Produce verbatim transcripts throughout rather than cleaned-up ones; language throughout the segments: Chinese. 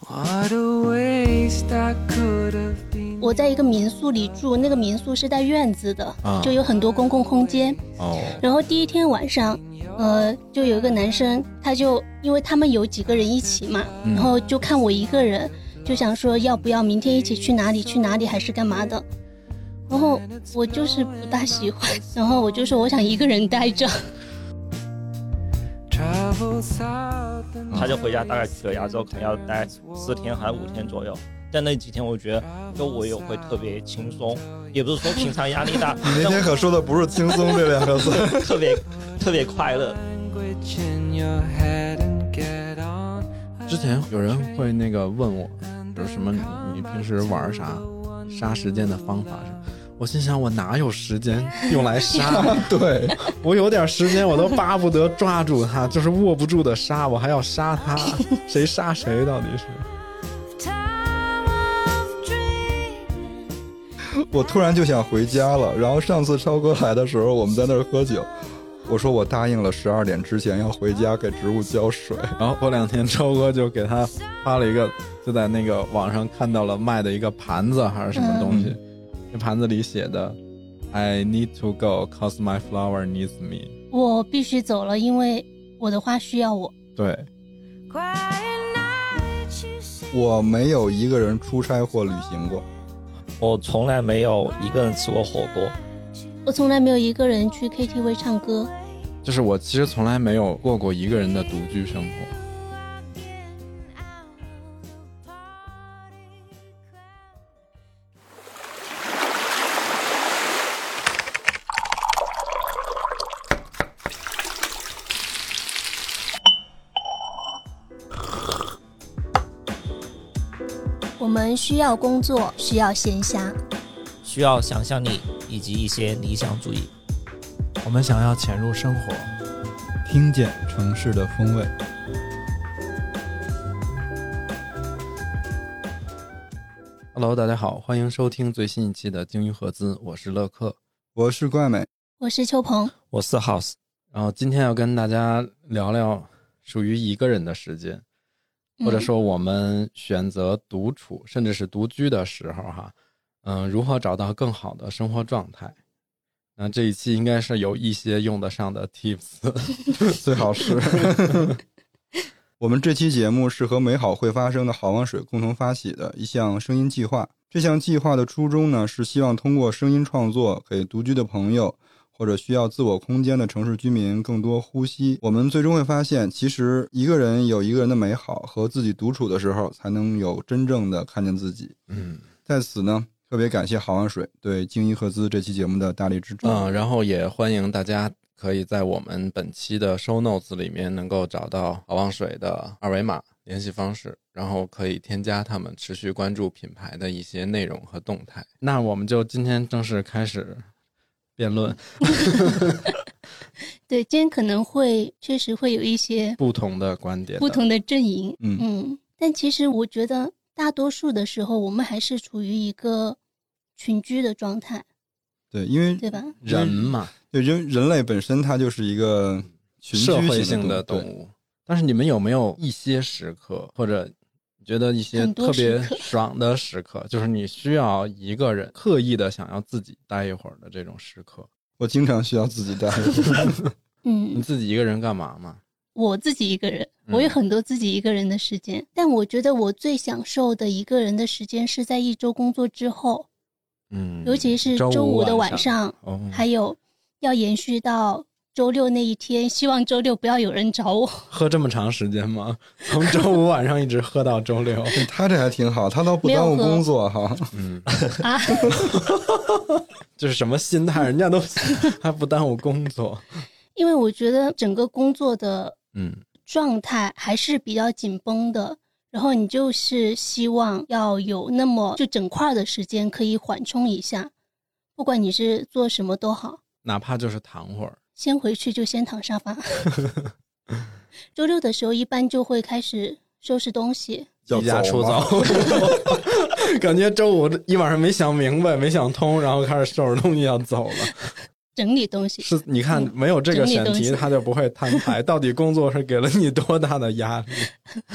我在一个民宿里住，那个民宿是带院子的、啊、就有很多公共空间、哦、然后第一天晚上呃，就有一个男生，他就因为他们有几个人一起嘛、嗯、然后就看我一个人，就想说要不要明天一起去哪里去哪里还是干嘛的，然后我就是不大喜欢，然后我就说我想一个人待着。 他就回家，大概去了亚洲可能要待四天还是五天左右，但那几天我觉得就我也会特别轻松，也不是说平常压力大。 你那天可说的不是轻松这两个字。 特别特别快乐。 之前有人会那个问我，比如什么你平时玩啥，杀时间的方法是，我心想我哪有时间用来杀？对，我有点时间我都巴不得抓住他，就是握不住的杀，我还要杀他，谁杀谁到底是？ 我突然就想回家了，然后上次超哥来的时候我们在那儿喝酒，我说我答应了十二点之前要回家给植物浇水， 然后过两天超哥就给他发了一个，就在那个网上看到了卖的一个盘子还是什么东西、嗯，这盘子里写的 I need to go cause my flower needs me， 我必须走了，因为我的花需要我。 对， 我没有一个人出差或旅行过， 我从来没有一个人吃过火锅， 我从来没有一个人去 K T V 唱歌， 就是我其实从来没有过过一个人的独居生活。 我们需要工作，需要闲暇， 需要想象力以及一些理想主义。 我们想要潜入生活， 听见城市的风味。 Hello， 大家好，欢迎收听最新一期的鲸鱼合资，我是乐克， 我是怪美， 我是秋鹏， 我是 House。 然后今天要跟大家聊聊属于一个人的时间。或者说我们选择独处甚至是独居的时候哈，嗯，如何找到更好的生活状态。那这一期应该是有一些用得上的 tips， 最好是。我们这期节目是和美好会发生的好望水共同发起的一项声音计划。这项计划的初衷呢，是希望通过声音创作给独居的朋友或者需要自我空间的城市居民更多呼吸。我们最终会发现，其实一个人有一个人的美好，和自己独处的时候才能有真正的看见自己。嗯，在此呢，特别感谢好望水对鲸鱼合资这期节目的大力支持。 嗯，然后也欢迎大家可以在我们本期的 show notes 里面能够找到好望水的二维码联系方式，然后可以添加他们持续关注品牌的一些内容和动态。那我们就今天正式开始辩论。 对，今天可能会确实会有一些不同的观点， 不同的阵营。 嗯嗯，但其实我觉得大多数的时候我们还是处于一个群居的状态。 对，因为对吧？ 人嘛， 对，人人类本身它就是一个群居社会性的动物。但是你们有没有一些时刻，或者觉得一些特别爽的时刻，就是你需要一个人刻意的想要自己待一会儿的这种时刻？ 我经常需要自己待一会儿。 嗯， 你自己一个人干嘛吗？ 我自己一个人，我有很多自己一个人的时间、嗯、但我觉得我最享受的一个人的时间是在一周工作之后。嗯，尤其是周五的晚上、哦、还有要延续到周六那一天，希望周六不要有人找我。 喝这么长时间吗？从周五晚上一直喝到周六。 他这还挺好，他倒不耽误工作哈。 嗯啊，这是什么心态？人家都还不耽误工作。 因为我觉得整个工作的嗯状态还是比较紧绷的、嗯，然后你就是希望要有那么就整块的时间可以缓冲一下，不管你是做什么都好， 哪怕就是躺会儿。 先回去就先躺沙发。周六的时候一般就会开始收拾东西， 离家出走。感觉周五一晚上没想明白没想通，然后开始收拾东西要走了， 整理东西。 是，你看没有这个选题他就不会摊牌。到底工作是给了你多大的压力？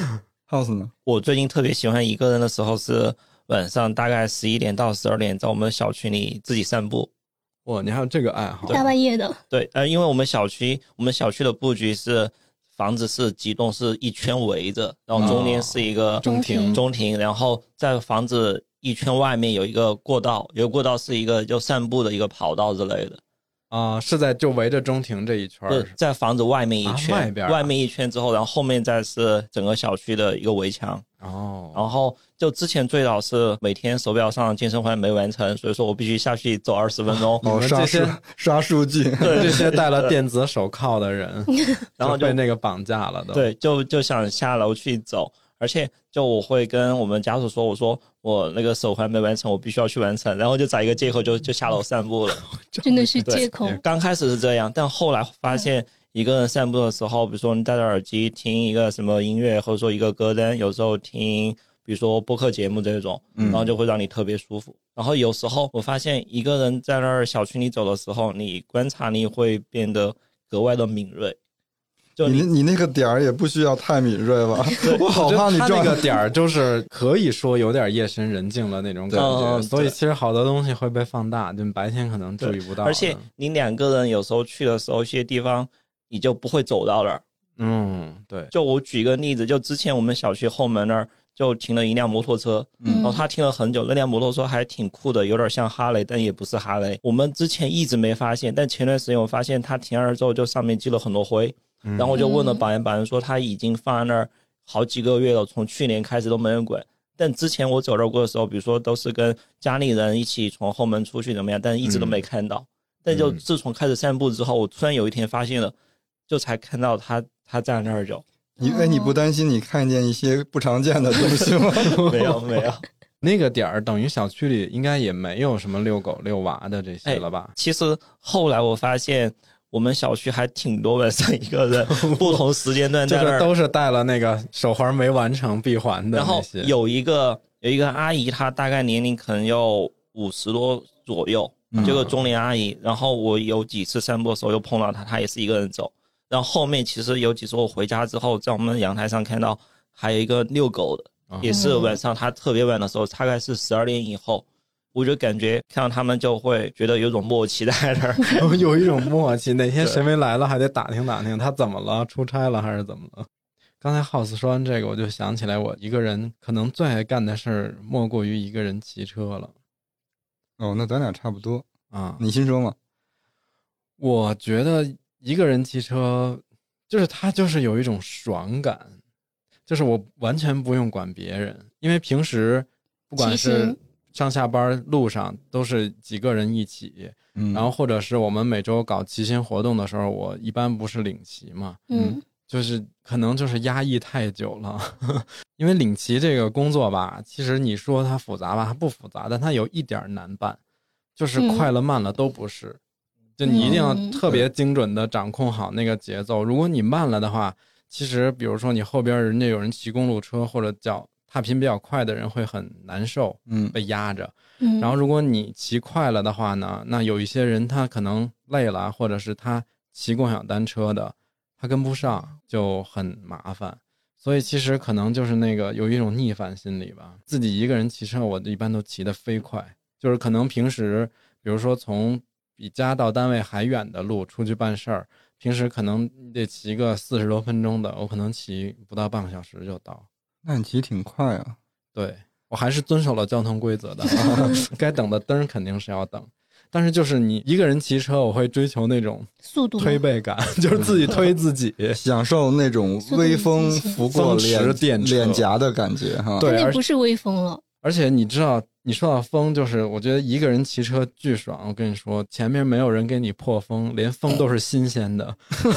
House 呢？ 我最近特别喜欢一个人的时候是晚上大概十一点到十二点在我们小区里自己散步。 哇，你还有这个爱好？ 大半夜的。 对，呃，因为我们小区我们小区的布局是房子是几栋是一圈围着，然后中间是一个中庭， 中庭，然后在房子一圈外面有一个过道，有个过道是一个就散步的一个跑道之类的。 啊、呃，是在就围着中庭这一圈， 对，在房子外面一圈， 啊、外边、啊、 外面一圈之后，然后后面再是整个小区的一个围墙。 哦， 然后就之前最早是每天手表上健身环没完成，所以说我必须下去走二十分钟。 哦，刷数刷数据， 对，这些戴了电子手铐的人， 然后就被那个绑架了都。 对，就就想下楼去走。而且就我会跟我们家属说，我说我那个手环没完成，我必须要去完成，然后就找一个借口就就下楼散步了。 真的是借口。 刚开始是这样，但后来发现一个人散步的时候，比如说你戴着耳机听一个什么音乐，或者说一个歌单，有时候听比如说播客节目这种，然后就会让你特别舒服。嗯、然后有时候我发现一个人在那儿小区里走的时候，你观察力会变得格外的敏锐。 就 你, 你, 你那个点儿也不需要太敏锐吧？我好怕你撞那个点儿，就是可以说有点夜深人静的那种感觉， 嗯、 所以其实好多东西会被放大，就白天可能注意不到。 而且你两个人有时候去的时候，一些地方你就不会走到那儿。 嗯，对。 就我举个例子，就之前我们小区后门那儿就停了一辆摩托车，嗯，然后他停了很久，那辆摩托车还挺酷的，有点像哈雷，但也不是哈雷。我们之前一直没发现，但前段时间我发现他停那儿之后，就上面积了很多灰。然后我就问了保安，保安说他已经放在那儿好几个月了，从去年开始都没人管。但之前我走这过的时候，比如说都是跟家里人一起从后门出去怎么样，但一直都没看到。嗯、但就自从开始散步之后，我突然有一天发现了，就才看到他他在那儿就。 因为你不担心你看见一些不常见的东西吗？ 没有没有。 那个点儿等于小区里应该也没有什么遛狗遛娃的这些了吧？ 哎、其实后来我发现。我们小区还挺多晚上一个人不同时间段在那儿， 这个都是带了那个手环没完成闭环的。 然后有一个有一个阿姨，她大概年龄可能有五十多左右， 嗯、 这个中年阿姨。然后我有几次散步的时候又碰到她，她也是一个人走。然后后面其实有几次我回家之后，在我们阳台上看到还有一个遛狗的， 嗯、 也是晚上她特别晚的时候，大概是十二点以后。我就感觉看到他们就会觉得有种默契在那儿， 有一种默契。哪天谁没来了，还得打听打听他怎么了，出差了还是怎么了。刚才 House 说完这个，我就想起来，我一个人可能最爱干的事儿，莫过于一个人骑车了。 哦，那咱俩差不多啊。 你先说嘛。 我觉得一个人骑车，就是他就是有一种爽感，就是我完全不用管别人，因为平时不管是上下班路上都是几个人一起， 嗯， 然后或者是我们每周搞骑行活动的时候，我一般不是领骑嘛， 嗯， 就是可能就是压抑太久了，因为领骑这个工作吧，其实你说它复杂吧，它不复杂，但它有一点难办，就是快了慢了都不是，嗯、就你一定要特别精准的掌控好那个节奏，如果你慢了的话，其实比如说你后边人家有人骑公路车或者叫踏频比较快的人会很难受， 嗯， 被压着。 嗯， 然后如果你骑快了的话呢，那有一些人他可能累了，或者是他骑共享单车的，他跟不上就很麻烦。所以其实可能就是那个有一种逆反心理吧。自己一个人骑车，我一般都骑得飞快，就是可能平时比如说从比家到单位还远的路出去办事儿，平时可能得骑个四十多分钟的，我可能骑不到半个小时就到。 那你骑挺快啊。 对，我还是遵守了交通规则的该等的灯肯定是要等，但是就是你一个人骑车，我会追求那种速度推背感，就是自己推自己享受那种微风拂过脸脸颊的感觉哈。 对，那不是微风了。 而且你知道，你说到风，就是我觉得一个人骑车巨爽。我跟你说，前面没有人给你破风，连风都是新鲜的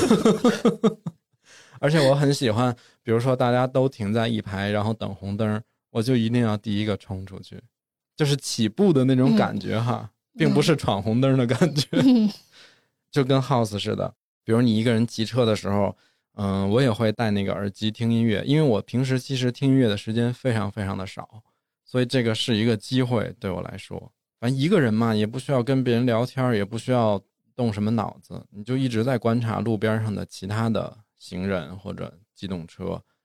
而且我很喜欢，比如说大家都停在一排，然后等红灯，我就一定要第一个冲出去，就是起步的那种感觉哈，嗯、并不是闯红灯的感觉，嗯、就跟 House 似的。比如你一个人骑车的时候，嗯、呃，我也会戴那个耳机听音乐，因为我平时其实听音乐的时间非常非常的少，所以这个是一个机会对我来说。反正一个人嘛，也不需要跟别人聊天，也不需要动什么脑子，你就一直在观察路边上的其他的行人或者机动车，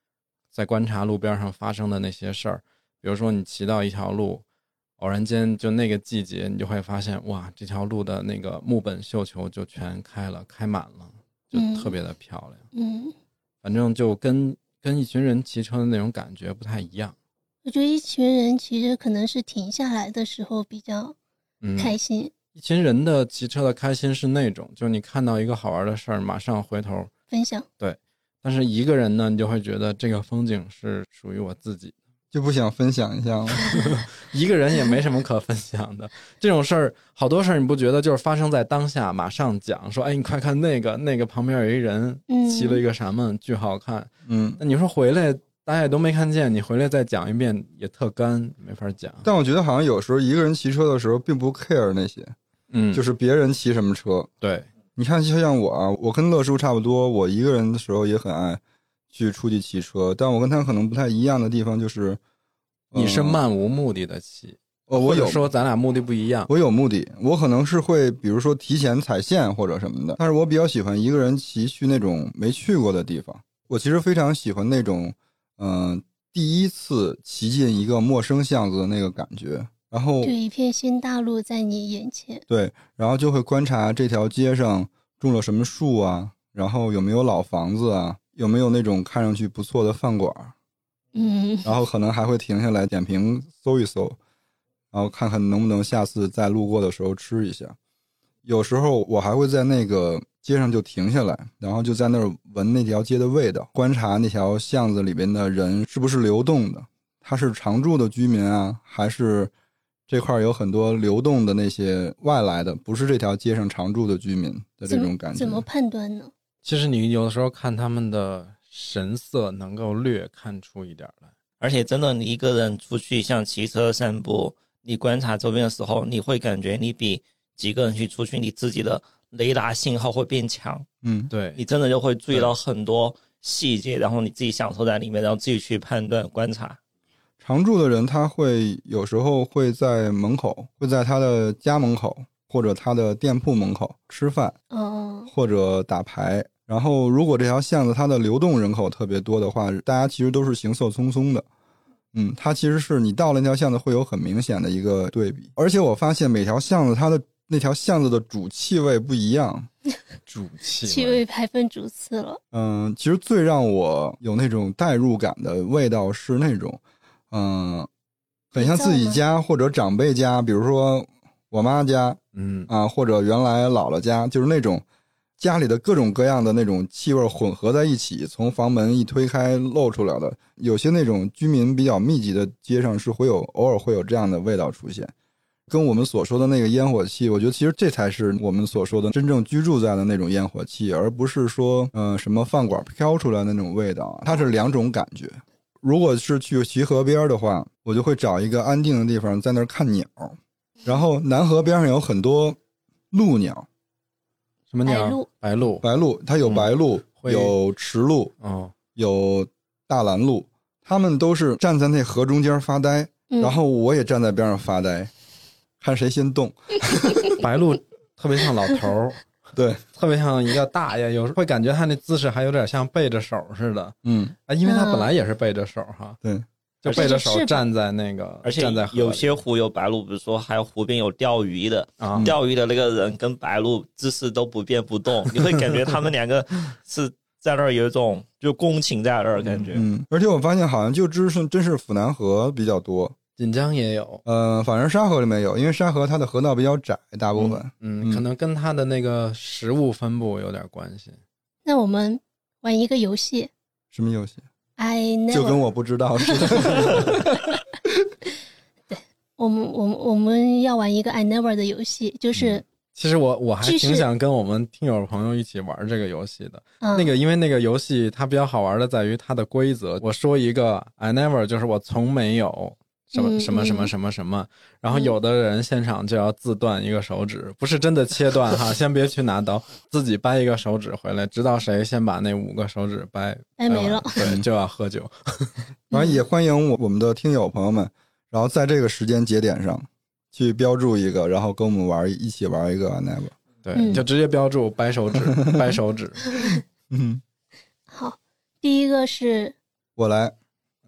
在观察路边上发生的那些事儿，比如说你骑到一条路，偶然间就那个季节，你就会发现哇，这条路的那个木本绣球就全开了，开满了，就特别的漂亮。 嗯， 反正就跟跟一群人骑车的那种感觉不太一样。 我觉得一群人其实可能是停下来的时候比较开心。嗯， 一群人的骑车的开心是那种，就是你看到一个好玩的事儿，马上回头分享。 对，但是一个人呢，你就会觉得这个风景是属于我自己的。 就不想分享一下了。 一个人也没什么可分享的，这种事儿好多事儿你不觉得就是发生在当下马上讲，说哎你快看那个那个旁边有一人骑了一个什么、嗯、巨好看， 嗯， 那你说回来大家也都没看见，你回来再讲一遍也特干，没法讲。 但我觉得好像有时候一个人骑车的时候并不 care 那些，嗯，就是别人骑什么车。 对， 你看就像我啊，我跟乐叔差不多，我一个人的时候也很爱去出去骑车，但我跟他可能不太一样的地方就是， 你是漫无目的的骑， 呃，我有说咱俩目的不一样。 我有目的，我可能是会比如说提前踩线或者什么的，但是我比较喜欢一个人骑去那种没去过的地方。我其实非常喜欢那种，嗯、呃，第一次骑进一个陌生巷子的那个感觉，然后就一片新大陆在你眼前。 对，然后就会观察这条街上种了什么树啊，然后有没有老房子啊。有没有那种看上去不错的饭馆， 嗯， 然后可能还会停下来点评搜一搜，然后看看能不能下次再路过的时候吃一下。有时候我还会在那个街上就停下来，然后就在那儿闻那条街的味道，观察那条巷子里边的人是不是流动的，他是常住的居民啊，还是这块有很多流动的那些外来的，不是这条街上常住的居民的这种感觉。 怎么判断呢？ 其实你有的时候看他们的神色能够略看出一点来， 而且真的你一个人出去像骑车散步，你观察周边的时候，你会感觉你比几个人去出去，你自己的雷达信号会变强。 嗯， 对，你真的就会注意到很多细节，然后你自己享受在里面，然后自己去判断观察。 常住的人他会有时候会在门口，会在他的家门口或者他的店铺门口吃饭， 哦， 或者打牌。然后如果这条巷子它的流动人口特别多的话，大家其实都是行色匆匆的。嗯，它其实是你到了那条巷子会有很明显的一个对比。而且我发现每条巷子它的那条巷子的主气味不一样。 主气味， 气味排分主次了。 嗯，其实最让我有那种代入感的味道是那种嗯，很像自己家或者长辈家，比如说我妈家， 嗯啊，或者原来姥姥家，就是那种家里的各种各样的那种气味混合在一起，从房门一推开露出来的。有些那种居民比较密集的街上是会有偶尔会有这样的味道出现，跟我们所说的那个烟火气，我觉得其实这才是我们所说的真正居住在的那种烟火气，而不是说呃什么饭馆飘出来的那种味道，它是两种感觉。如果是去齐河边的话，我就会找一个安定的地方在那儿看鸟，然后南河边上有很多鹭鸟。 什么鸟？ 白鹭， 白鹭， 白鹭，它有白鹭、嗯、有池鹭、 哦， 有大蓝鹭，它们都是站在那河中间发呆、嗯、然后我也站在边上发呆，看谁先动。 白鹭特别像老头， 对， 特别像一个大爷，有时候会感觉他那姿势还有点像背着手似的， 嗯啊，因为他本来也是背着手哈， 对， 就背着手站在那个， 而且站在河有些湖有白鹭，比如说还有湖边有钓鱼的，啊、钓鱼的那个人跟白鹭姿势都不变不动，你会感觉他们两个是在那儿有一种就共情在那儿感觉。 嗯，而且我发现好像就只是真是府南河比较多， 锦江也有， 呃，反正沙河里面有，因为沙河它的河道比较窄，大部分， 嗯，嗯可能跟它的那个食物分布有点关系。 那我们玩一个游戏， 什么游戏？ I never 就跟我不知道似的。 对，我们我们我们要玩一个 I never 的游戏，就是、嗯、 其实我我还挺想跟我们听友朋友一起玩这个游戏的。嗯、那个因为那个游戏它比较好玩的在于它的规则。我说一个 I never 就是我从没有什么什么什么什么什么，然后有的人现场就要自断一个手指，不是真的切断哈，先别去拿刀，自己掰一个手指回来，直到谁先把那五个手指掰掰没了， 对，就要喝酒。 然后也欢迎我我们的听友朋友们，然后在这个时间节点上去标注一个，然后跟我们玩一起玩一个 I never。 对，嗯、就直接标注掰手指，掰手指。 嗯， 好，第一个是我来。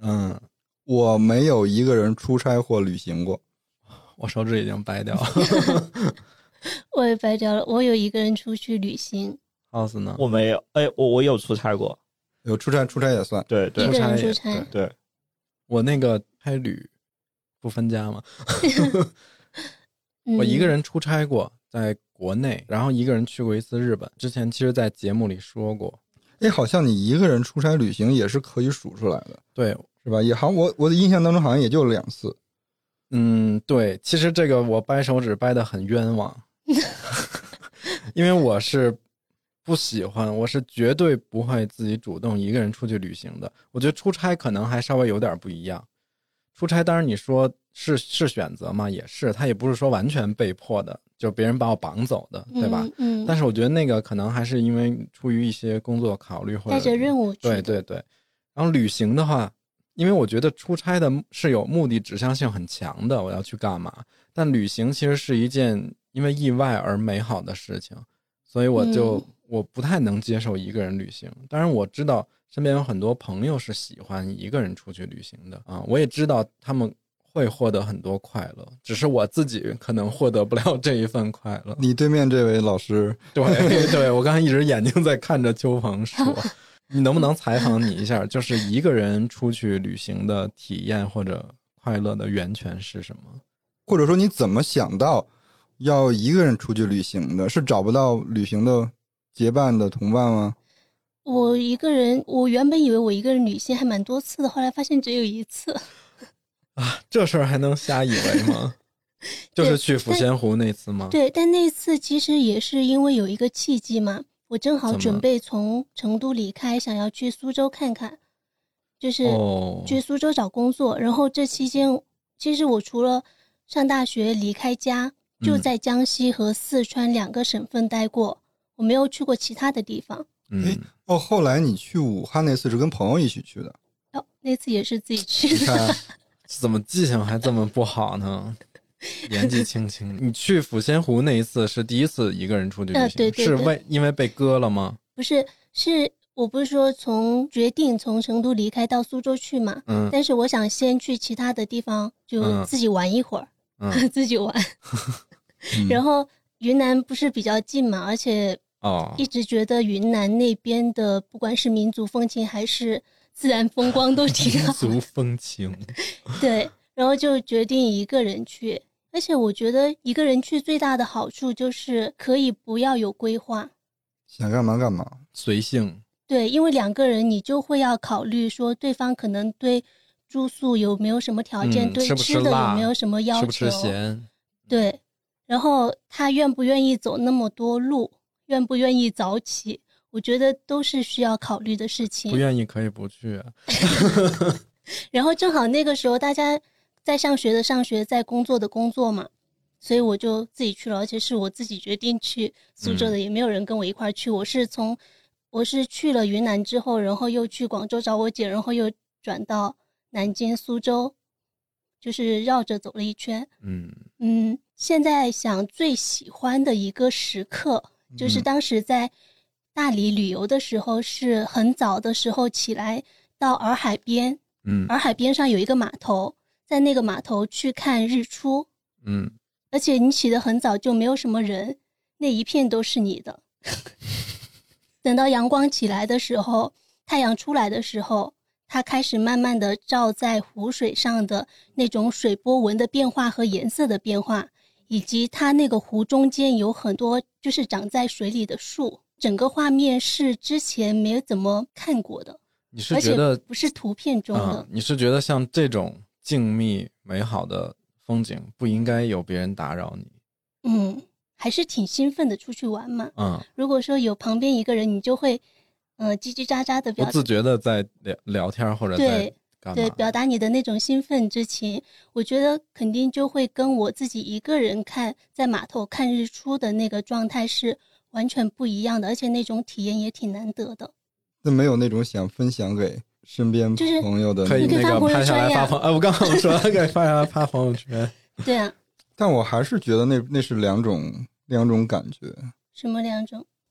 嗯，我没有一个人出差或旅行过。 我手指已经掰掉了。 我也掰掉了，我有一个人出去旅行。 奥斯呢？ 我没有，哎，我我有出差过， 有出差，出差也算。 对对， 一个人出差。 对，对我那个差旅不分家嘛。 嗯、 我一个人出差过，在国内，然后一个人去过一次日本。之前其实在节目里说过。 哎，好像你一个人出差旅行也是可以数出来的， 对， 是吧？也好，我我的印象当中好像也就两次。 嗯，对，其实这个我掰手指掰得很冤枉。因为我是不喜欢，我是绝对不会自己主动一个人出去旅行的。我觉得出差可能还稍微有点不一样。出差当然你说是是选择嘛，也是，他也不是说完全被迫的，就别人把我绑走的，对吧？ 嗯嗯、 但是我觉得那个可能还是因为出于一些工作考虑或者带着任务去的。 对对对。然后旅行的话，因为我觉得出差的是有目的指向性很强的，我要去干嘛。但旅行其实是一件因为意外而美好的事情，所以我就、嗯、我不太能接受一个人旅行。当然我知道身边有很多朋友是喜欢一个人出去旅行的啊，我也知道他们会获得很多快乐，只是我自己可能获得不了这一份快乐。 你对面这位老师， 对对，我刚才一直眼睛在看着邱鹏说，你能不能采访你一下，就是一个人出去旅行的体验或者快乐的源泉是什么？ 或者说你怎么想到要一个人出去旅行的？是找不到旅行的结伴的同伴吗？ 我一个人，我原本以为我一个人旅行还蛮多次的，后来发现只有一次。 啊，这事儿还能瞎以为吗？就是去抚仙湖那次吗？ 对，但那次其实也是因为有一个契机嘛，我正好准备从成都离开，想要去苏州看看，就是去苏州找工作。哦、然后这期间，其实我除了上大学离开家，就在江西和四川两个省份待过，嗯、我没有去过其他的地方。 嗯，哦，后来你去武汉那次是跟朋友一起去的？ 哦，那次也是自己去的。 你看， 怎么记性还这么不好呢？年纪轻轻，你去抚仙湖那一次是第一次一个人出去旅行，呃、 对对对， 是为因为被割了吗？ 不是，是我不是说从决定从成都离开到苏州去嘛？嗯，但是我想先去其他的地方，就自己玩一会儿，嗯、自己玩。然后云南不是比较近嘛，而且哦，一直觉得云南那边的不管是民族风情还是自然风光都挺好。 民族风情， 对，然后就决定一个人去。而且我觉得一个人去最大的好处就是可以不要有规划， 想干嘛干嘛， 随性。 对，因为两个人你就会要考虑说对方可能对住宿有没有什么条件， 嗯、 对吃的有没有什么要求， 吃不吃咸， 对，然后他愿不愿意走那么多路，愿不愿意早起，我觉得都是需要考虑的事情。 不愿意可以不去、啊、 然后正好那个时候大家在上学的上学，在工作的工作嘛，所以我就自己去了，而且是我自己决定去苏州的、嗯、也没有人跟我一块去。我是从我是去了云南之后，然后又去广州找我姐，然后又转到南京苏州，就是绕着走了一圈。嗯嗯，现在想最喜欢的一个时刻就是当时在大理旅游的时候，是很早的时候起来到洱海边，嗯，洱海边上有一个码头，在那个码头去看日出，嗯，而且你起得很早，就没有什么人，那一片都是你的。等到阳光起来的时候，太阳出来的时候，它开始慢慢的照在湖水上的那种水波纹的变化和颜色的变化，以及它那个湖中间有很多就是长在水里的树，整个画面是之前没有怎么看过的。 你是觉得而且不是图片中的、 嗯、你是觉得像这种静谧美好的风景不应该有别人打扰你？ 嗯，还是挺兴奋的出去玩嘛。 嗯， 如果说有旁边一个人，你就会呃叽叽喳喳的表不自觉的在聊聊天或者在干嘛， 对，表达你的那种兴奋之情。我觉得肯定就会跟我自己一个人看在码头看日出的那个状态是完全不一样的，而且那种体验也挺难得的。 那没有那种想分享给身边朋友的、 就是、 可以那个拍下来发朋友，哎，我刚刚说可以发下来发朋友圈。 对啊， 但我还是觉得那那是两种两种感觉。 什么两种？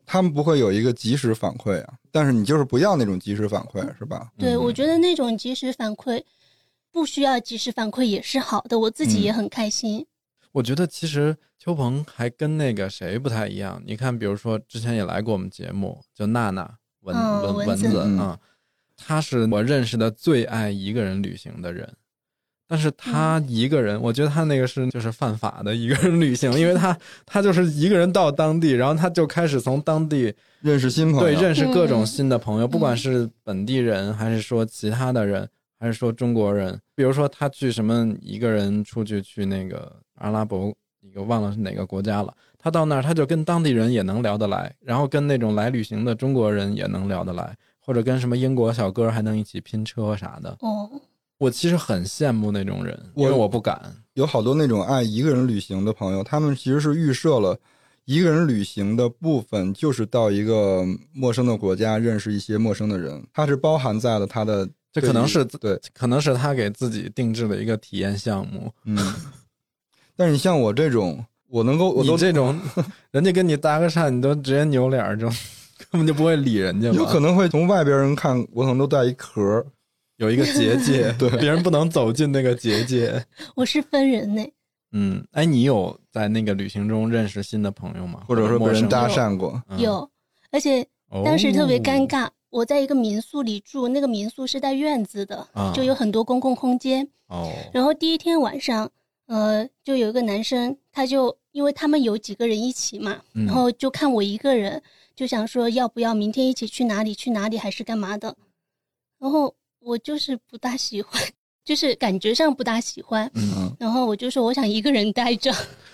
他们不会有一个及时反馈啊，但是你就是不要那种及时反馈，是吧？ 对、 嗯、 我觉得那种及时反馈不需要及时反馈也是好的，我自己也很开心、嗯、 我觉得其实邱鹏还跟那个谁不太一样，你看比如说之前也来过我们节目就娜娜蚊、哦、蚊子啊、嗯，他是我认识的最爱一个人旅行的人，但是他一个人、嗯、我觉得他那个是就是犯法的一个人旅行，因为他他就是一个人到当地，然后他就开始从当地认识新朋友， 对，认识各种新的朋友、嗯、不管是本地人还是说其他的人还是说中国人，比如说他去什么一个人出去去那个阿拉伯一个忘了是哪个国家了，他到那儿他就跟当地人也能聊得来，然后跟那种来旅行的中国人也能聊得来，或者跟什么英国小哥还能一起拼车啥的。 哦， 我其实很羡慕那种人，因为我不敢。 有好多那种爱一个人旅行的朋友，他们其实是预设了一个人旅行的部分就是到一个陌生的国家认识一些陌生的人，他是包含在了他的， 这可能是对， 可能是他给自己定制的一个体验项目。 嗯，但是你像我这种，我能够，我都你这种，人家跟你搭个讪，你都直接扭脸，这种根本就不会理人家。 有可能会从外边人看，我可能都带一壳， 有一个结界， 对， 别人不能走进那个结界。 我是分人呢。 嗯，哎，你有在那个旅行中认识新的朋友吗？ 或者说被人搭讪过？ 有，有，而且当时特别尴尬。哦，我在一个民宿里住，那个民宿是带院子的，啊、就有很多公共空间。哦，然后第一天晚上，呃，就有一个男生，他就因为他们有几个人一起嘛，嗯、然后就看我一个人，就想说要不要明天一起去哪里去哪里还是干嘛的。然后我就是不大喜欢，就是感觉上不大喜欢。嗯，然后我就说我想一个人待着。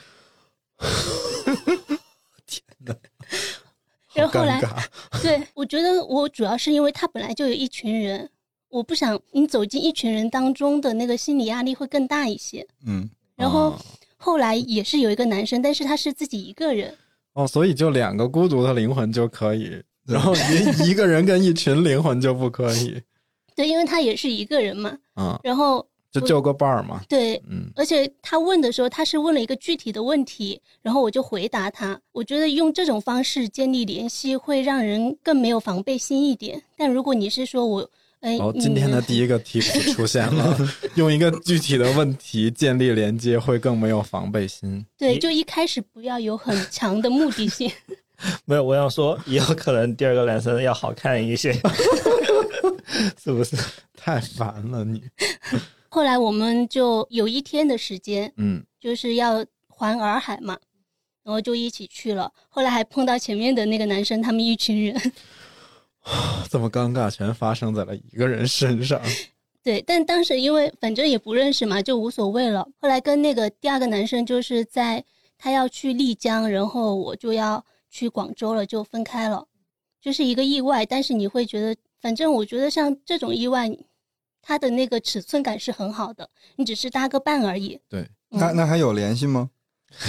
天哪！ 然后后来，对，我觉得我主要是因为他本来就有一群人，我不想你走进一群人当中的那个心理压力会更大一些。嗯，然后后来也是有一个男生，但是他是自己一个人。 哦，所以就两个孤独的灵魂就可以，然后一一个人跟一群灵魂就不可以。 对，因为他也是一个人嘛。嗯，然后。 就就个伴儿嘛。 对，嗯，而且他问的时候，他是问了一个具体的问题，然后我就回答他。我觉得用这种方式建立联系会让人更没有防备心一点。但如果你是说我，哎， 哦，今天的第一个题出现了，用一个具体的问题建立连接会更没有防备心。 对，就一开始不要有很强的目的性。 没有，我想说，也有可能第二个男生要好看一些，是不是？ 太烦了你。 后来我们就有一天的时间，嗯，就是要环洱海嘛，然后就一起去了。后来还碰到前面的那个男生，他们一群人， 这么尴尬全发生在了一个人身上。 对，但当时因为反正也不认识嘛，就无所谓了。后来跟那个第二个男生就是在他要去丽江，然后我就要去广州了，就分开了，就是一个意外。但是你会觉得，反正我觉得像这种意外，它的那个尺寸感是很好的，你只是搭个伴而已。 对， 嗯、 那那还有联系吗？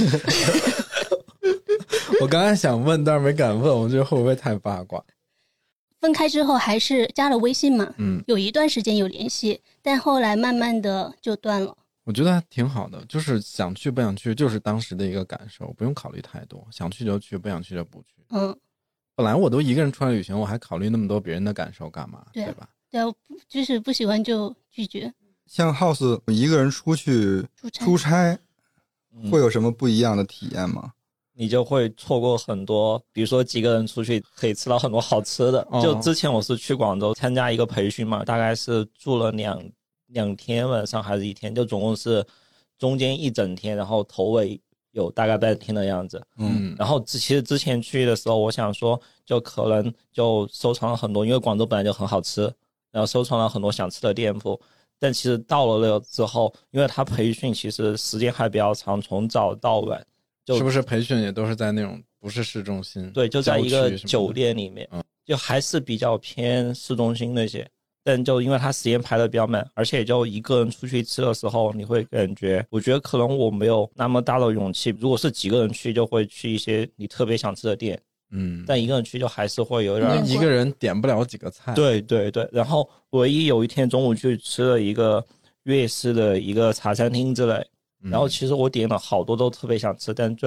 我刚才想问，但是没敢问，我觉得会不会太八卦？ 分开之后还是加了微信嘛，嗯，有一段时间有联系，但后来慢慢的就断了。 我觉得还挺好的，就是想去不想去，就是当时的一个感受，不用考虑太多，想去就去，不想去就不去。 嗯， 本来我都一个人出来旅行，我还考虑那么多别人的感受干嘛？对, 对吧？ 对啊，就是不喜欢就拒绝。 像 House 一个人出去出差, 出差会有什么不一样的体验吗？ 你就会错过很多，比如说几个人出去可以吃到很多好吃的。哦、就之前我是去广州参加一个培训嘛，大概是住了两两天晚上还是一天，就总共是中间一整天，然后头尾有大概半天的样子。嗯，然后其实之前去的时候，我想说就可能就收藏了很多，因为广州本来就很好吃，然后收藏了很多想吃的店铺。但其实到了了之后，因为他培训其实时间还比较长，从早到晚。 是不是培训也都是在那种不是市中心？ 对，就在一个酒店里面，嗯，就还是比较偏市中心那些。但就因为他时间排的比较满，而且就一个人出去吃的时候，你会感觉，我觉得可能我没有那么大的勇气。如果是几个人去，就会去一些你特别想吃的店，嗯，但一个人去就还是会有点， 一个人点不了几个菜。 对对对，然后唯一有一天中午去吃了一个粤式的一个茶餐厅之类。然后其实我点了好多都特别想吃，但最后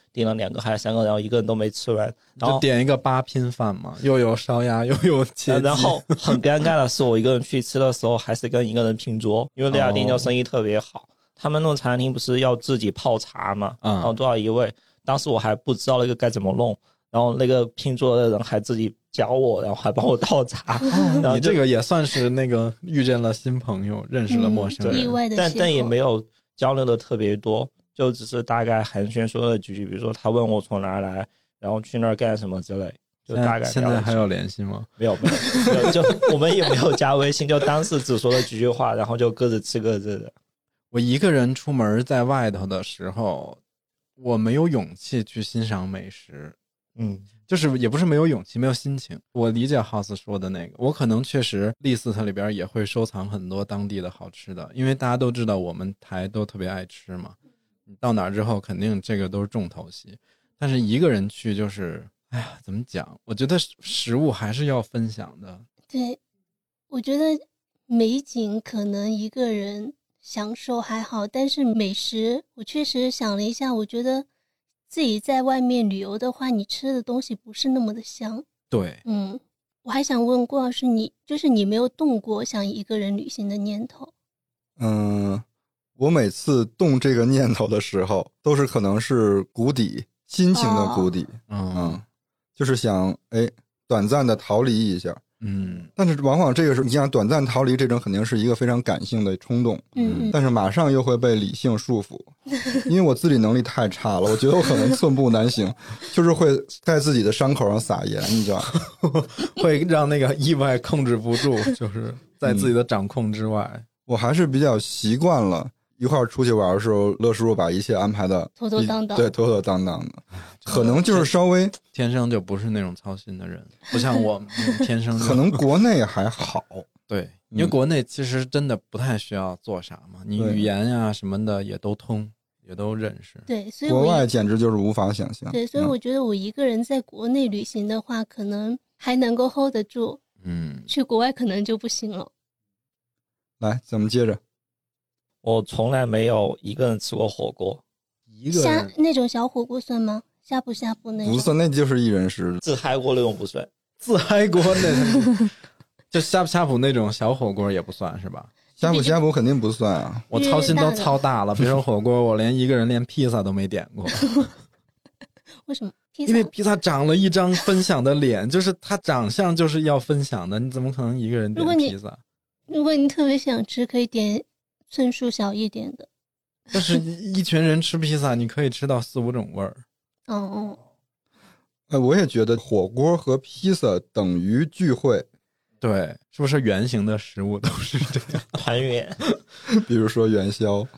订了两个还是三个，然后一个人都没吃完，然后就点一个八拼饭嘛，又有烧鸭又有切鸡。 然后很尴尬的是，我一个人去吃的时候还是跟一个人拼桌，因为那家店就生意特别好。哦、他们那种餐厅不是要自己泡茶嘛，嗯、然后多少一位，当时我还不知道那个该怎么弄。然后那个拼桌的人还自己教我，然后还帮我倒茶。 哦、然后你这个也算是那个遇见了新朋友，认识了陌生人， 嗯、意外的但但也没有交流的特别多，就只是大概寒暄说了几句，比如说他问我从哪来，然后去那儿干什么之类，就大概。 现在还有联系吗？ 没有没有，没有就我们也没有加微信，就当时只说了几句话，然后就各自吃各自的。 我一个人出门在外头的时候，我没有勇气去欣赏美食。嗯，就是也不是没有勇气，没有心情。我理解 House 说的那个，我可能确实 list 里边也会收藏很多当地的好吃的，因为大家都知道我们台都特别爱吃嘛。你到哪儿之后，肯定这个都是重头戏。但是一个人去就是，哎呀，怎么讲？我觉得食物还是要分享的。 对，我觉得美景可能一个人享受还好，但是美食，我确实想了一下，我觉得。自己在外面旅游的话，你吃的东西不是那么的香。 对， 嗯，我还想问郭老师，你就是你没有动过想一个人旅行的念头？ 嗯，我每次动这个念头的时候，都是可能是谷底，心情的谷底，哦、嗯，就是想哎，短暂的逃离一下。嗯，但是往往这个时候，你想短暂逃离这种肯定是一个非常感性的冲动，嗯，但是马上又会被理性束缚，因为我自理能力太差了，我觉得我可能寸步难行，就是会在自己的伤口上撒盐，你知道吗？ 会让那个意外控制不住，就是在自己的掌控之外。嗯、 我还是比较习惯了。一块儿出去玩的时候，乐叔叔把一切安排的妥妥当当， 对，妥妥当当的，可能就是稍微天生就不是那种操心的人，不像我天生可能国内还好， 对，因为国内其实真的不太需要做啥嘛，你语言呀、啊、什么的也都通，也都认识。 对，所以国外简直就是无法想象。 对，所以我觉得我一个人在国内旅行的话，可能还能够 hold 得住，嗯，去国外可能就不行了。 来，咱们接着。 我从来没有一个人吃过火锅， 一个人那种小火锅算吗？呷哺呷哺那种？ 不算，那就是一人食。 自嗨锅那种不算， 自嗨锅那种，就呷哺呷哺那种小火锅也不算是吧？ 呷哺呷哺肯定不算啊！ 我操心都操大了，别说火锅，我连一个人连披萨都没点过。 为什么？ 因为披萨长了一张分享的脸，就是他长相就是要分享的，你怎么可能一个人点披萨？ 如果你特别想吃，可以点寸数小一点的。 但是一群人吃披萨，你可以吃到四五种味儿。 哦哦。 呃，我也觉得火锅和披萨等于聚会。 对，是不是圆形的食物都是这样？ 团圆。 比如说元宵。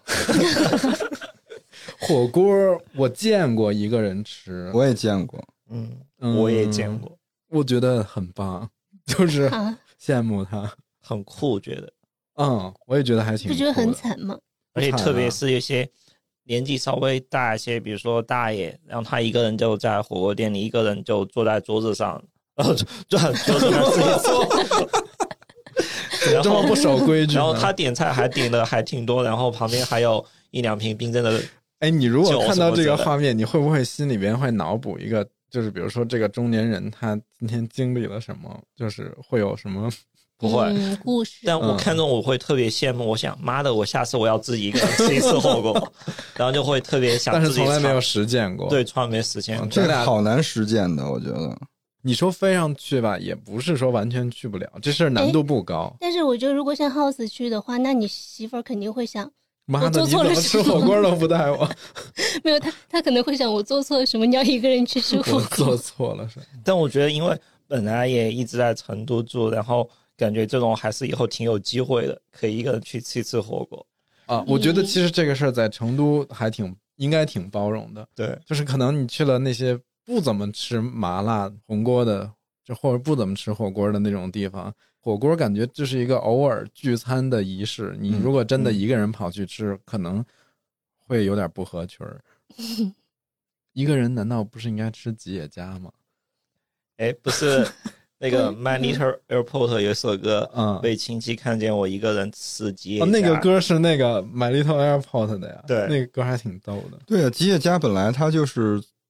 火锅我见过一个人吃， 我也见过。 嗯，我也见过。 我觉得很棒，就是羡慕他， 很酷，觉得。 嗯，我也觉得还挺酷的。 不觉得很惨吗？ 而且特别是有些年纪稍微大一些，比如说大爷，然后他一个人就在火锅店里，一个人就坐在桌子上，然后就就在那自己做。 这么不守规矩。 然后他点菜还点的还挺多，然后旁边还有一两瓶冰镇的。 哎，你如果看到这个画面，你会不会心里边会脑补一个，就是比如说这个中年人他今天经历了什么，就是会有什么？ 不会、 嗯、故事。 但我看中我会特别羡慕，我想妈的，我下次我要自己一个人吃一次火锅，然后就会特别想自己。 但是从来没有实践过。 对，从来没实践过。 这好难实践的，我觉得。 你说飞上去吧，也不是说完全去不了，这事儿难度不高。 但是我觉得，如果像 House 去的话，那你媳妇儿肯定会想。 妈的，你怎么吃火锅都不带我？ 没有，他他可能会想我做错了什么，你要一个人去吃火锅。 我做错了是。 但我觉得，因为本来也一直在成都住，然后感觉这种还是以后挺有机会的，可以一个人去吃一次火锅啊。我觉得其实这个事儿在成都还挺应该挺包容的。 对， 就是可能你去了那些不怎么吃麻辣红锅的，就或者不怎么吃火锅的那种地方。火锅感觉就是一个偶尔聚餐的仪式，你如果真的一个人跑去吃，嗯、可能会有点不合群儿。一个人难道不是应该吃吉野家吗？ 哎，不是那个 My Little Airport 有一首歌，嗯，被亲戚看见我一个人吃吉野家、 哦，那个歌是那个 My Little Airport 的呀， 对， 那个歌还挺逗的。 对啊，吉野家本来它就是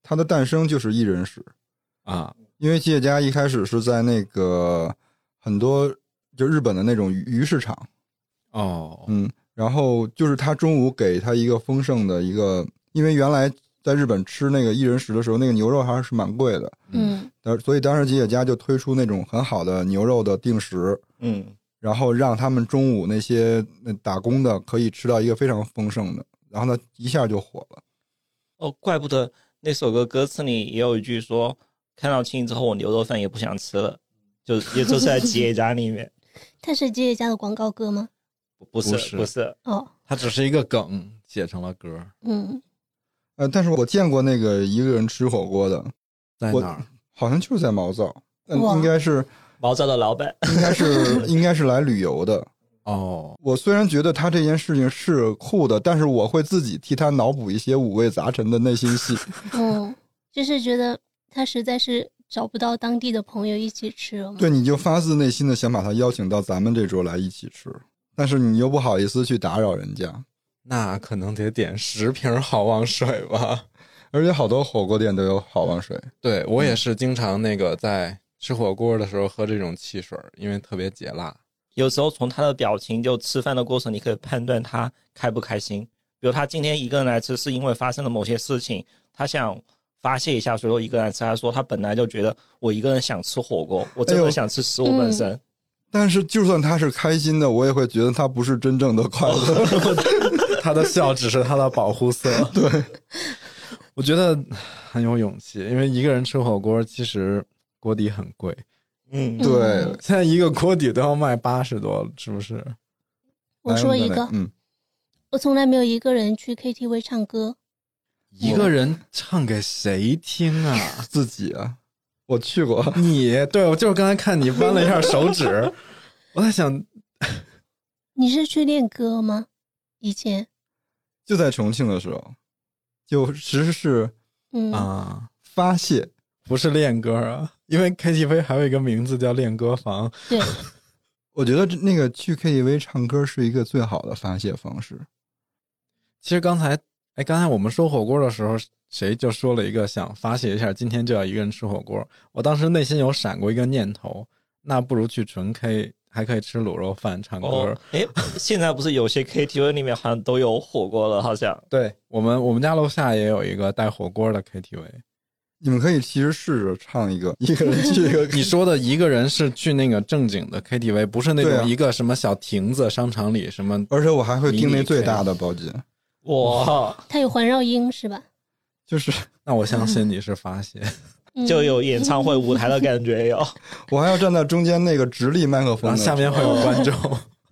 它的诞生就是一人食啊， 因为吉野家一开始是在那个很多就日本的那种鱼市场哦， 嗯，然后就是他中午给他一个丰盛的一个，因为原来在日本吃那个一人食的时候，那个牛肉还是蛮贵的， 嗯， 所以当时吉野家就推出那种很好的牛肉的定时， 嗯， 然后让他们中午那些打工的可以吃到一个非常丰盛的，然后呢一下就火了。 哦，怪不得那首歌歌词里也有一句说，看到青之后我牛肉饭也不想吃了，就也就是在吉野家里面。 它是吉野家的广告歌吗？ 不是， 不是， 不是哦， 它只是一个梗写成了歌。 嗯， 呃，但是我见过那个一个人吃火锅的， 在哪儿？ 好像就是在毛躁，嗯，应该是毛躁的老板， 应该是应该是来旅游的。 哦， 我虽然觉得他这件事情是酷的，但是我会自己替他脑补一些五味杂陈的内心戏。 嗯，就是觉得他实在是找不到当地的朋友一起吃了吗？ 对，你就发自内心的想把他邀请到咱们这桌来一起吃，但是你又不好意思去打扰人家， 那可能得点十瓶好望水吧。 而且好多火锅店都有好望水。 对，我也是经常那个在吃火锅的时候喝这种汽水，因为特别解辣。 有时候从他的表情，就吃饭的过程，你可以判断他开不开心。比如他今天一个人来吃，是因为发生了某些事情，他想发泄一下，所以说一个人来吃。他说他本来就觉得我一个人想吃火锅，我真的想吃食物本身。哎但是就算他是开心的，我也会觉得他不是真正的快乐。 他的笑只是他的保护色。 对， 我觉得很有勇气，因为一个人吃火锅其实锅底很贵。 嗯， 对， 现在一个锅底都要卖八十多，是不是？ 我说一个， 嗯， 我从来没有一个人去 K T V 唱歌。 一个人唱给谁听啊？ 自己啊，我去过。 你对，我就是刚才看你弯了一下手指，我在想， 你是去练歌吗？以前就在重庆的时候，就只是嗯啊发泄， 不是练歌啊，因为 K T V 还有一个名字叫练歌房。 对， 我觉得那个去 K T V 唱歌是一个最好的发泄方式。 其实刚才，哎，刚才我们说火锅的时候，谁就说了一个想发泄一下，今天就要一个人吃火锅。我当时内心有闪过一个念头，那不如去纯 K， 还可以吃卤肉饭、唱歌。 哎、哦，现在不是有些 K T V 里面好像都有火锅了，好像。 对，我们我们家楼下也有一个带火锅的 K T V。 你们可以其实试着唱一个，一个人去一个。 你说的一个人是去那个正经的 K T V， 不是那种一个什么小亭子、商场里什么。 而且我还会订那最大的包间。 哇， 它有环绕音是吧？ 就是， 那我相信你是发泄， 就有演唱会舞台的感觉哟。 我还要站在中间那个直立麦克风， 下面会有观众，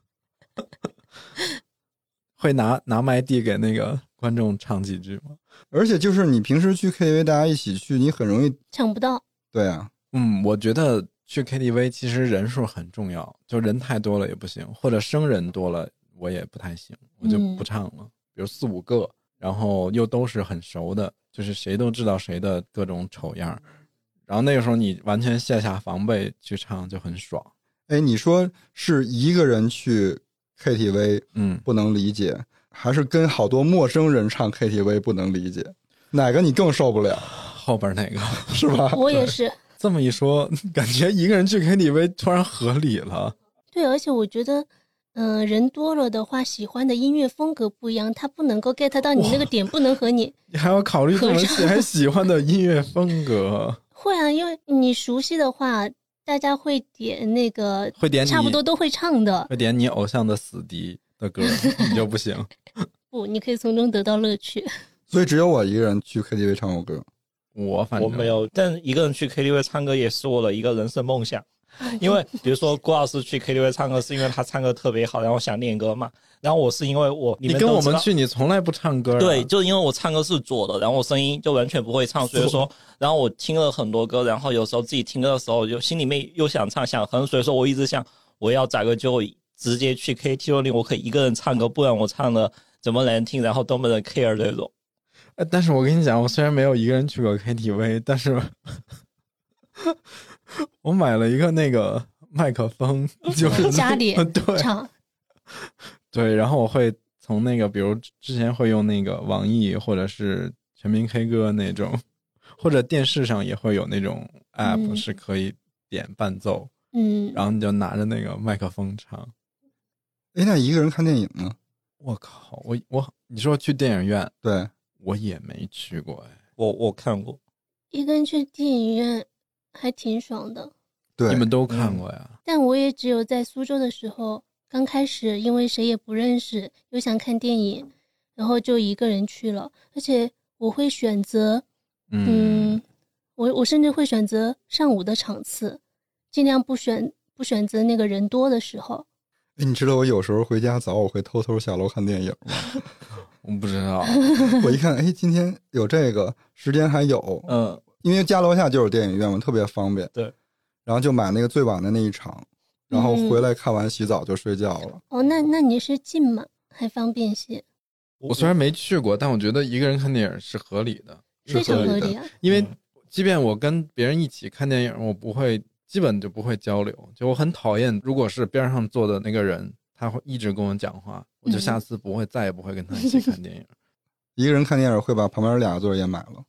会拿拿麦递给那个观众唱几句吗？ 而且就是你平时去 K T V， 大家一起去，你很容易抢不到。 对啊， 嗯，我觉得去 K T V 其实人数很重要，就人太多了也不行，或者生人多了我也不太行，我就不唱了。嗯，比如四五个，然后又都是很熟的，就是谁都知道谁的各种丑样，然后那个时候你完全卸下防备去唱就很爽。 哎，你说是一个人去 K T V， 嗯， 不能理解，还是跟好多陌生人唱 K T V 不能理解？哪个你更受不了？ 后边那个是吧？ 我也是。 这么一说，感觉一个人去 K T V 突然合理了。 对，而且我觉得嗯、呃，人多了的话，喜欢的音乐风格不一样，他不能够 get 到你那个点，不能和你。 你还要考虑这么细，还喜欢的音乐风格。 会啊，因为你熟悉的话，大家会点那个， 会点你差不多都会唱的， 会点你偶像的死敌的歌，你就不行。 不，你可以从中得到乐趣。 所以只有我一个人去 K T V 唱过歌。 我反正我没有，但一个人去 K T V 唱歌也是我的一个人生梦想。因为比如说郭老师去 K T V 唱歌是因为他唱歌特别好，然后想练歌嘛，然后我是因为我你跟我们去你从来不唱歌、啊、 对，就因为我唱歌是左的，然后我声音就完全不会唱，所以说然后我听了很多歌，然后有时候自己听歌的时候就心里面又想唱想哼，所以说我一直想我要找个就直接去 K T V 里我可以一个人唱歌，不然我唱的怎么难听然后都没人 care 这种。 但是我跟你讲，我虽然没有一个人去过 K T V， 但是我买了一个那个麦克风，就是家里对唱， 对，然后我会从那个，比如之前会用那个网易或者是全民 K 歌那种， 或者电视上也会有那种 app 是可以点伴奏， 嗯， 然后你就拿着那个麦克风唱。 哎，那一个人看电影呢？ 我靠，我我你说去电影院， 对， 我也没去过哎。 我我看过， 一个人去电影院还挺爽的。 对， 你们都看过呀？ 嗯、但我也只有在苏州的时候，刚开始因为谁也不认识，又想看电影，然后就一个人去了。而且我会选择，嗯，嗯我我甚至会选择上午的场次，尽量不选不选择那个人多的时候。 哎，你知道我有时候回家早，我会偷偷下楼看电影吗？ 我不知道。 我一看，哎，今天有这个时间还有， 嗯， 因为家楼下就是电影院嘛，特别方便。 对， 然后就买那个最晚的那一场，然后回来看完洗澡就睡觉了。 嗯、哦，那那你是近吗？还方便些。 我虽然没去过，但我觉得一个人看电影是合理的， 非常合理啊。 因为即便我跟别人一起看电影，我不会。基本就不会交流，就我很讨厌，如果是边上坐的那个人，他会一直跟我讲话，我就下次不会、嗯、再也不会跟他一起看电影。 一个人看电影会把旁边两个座也买了，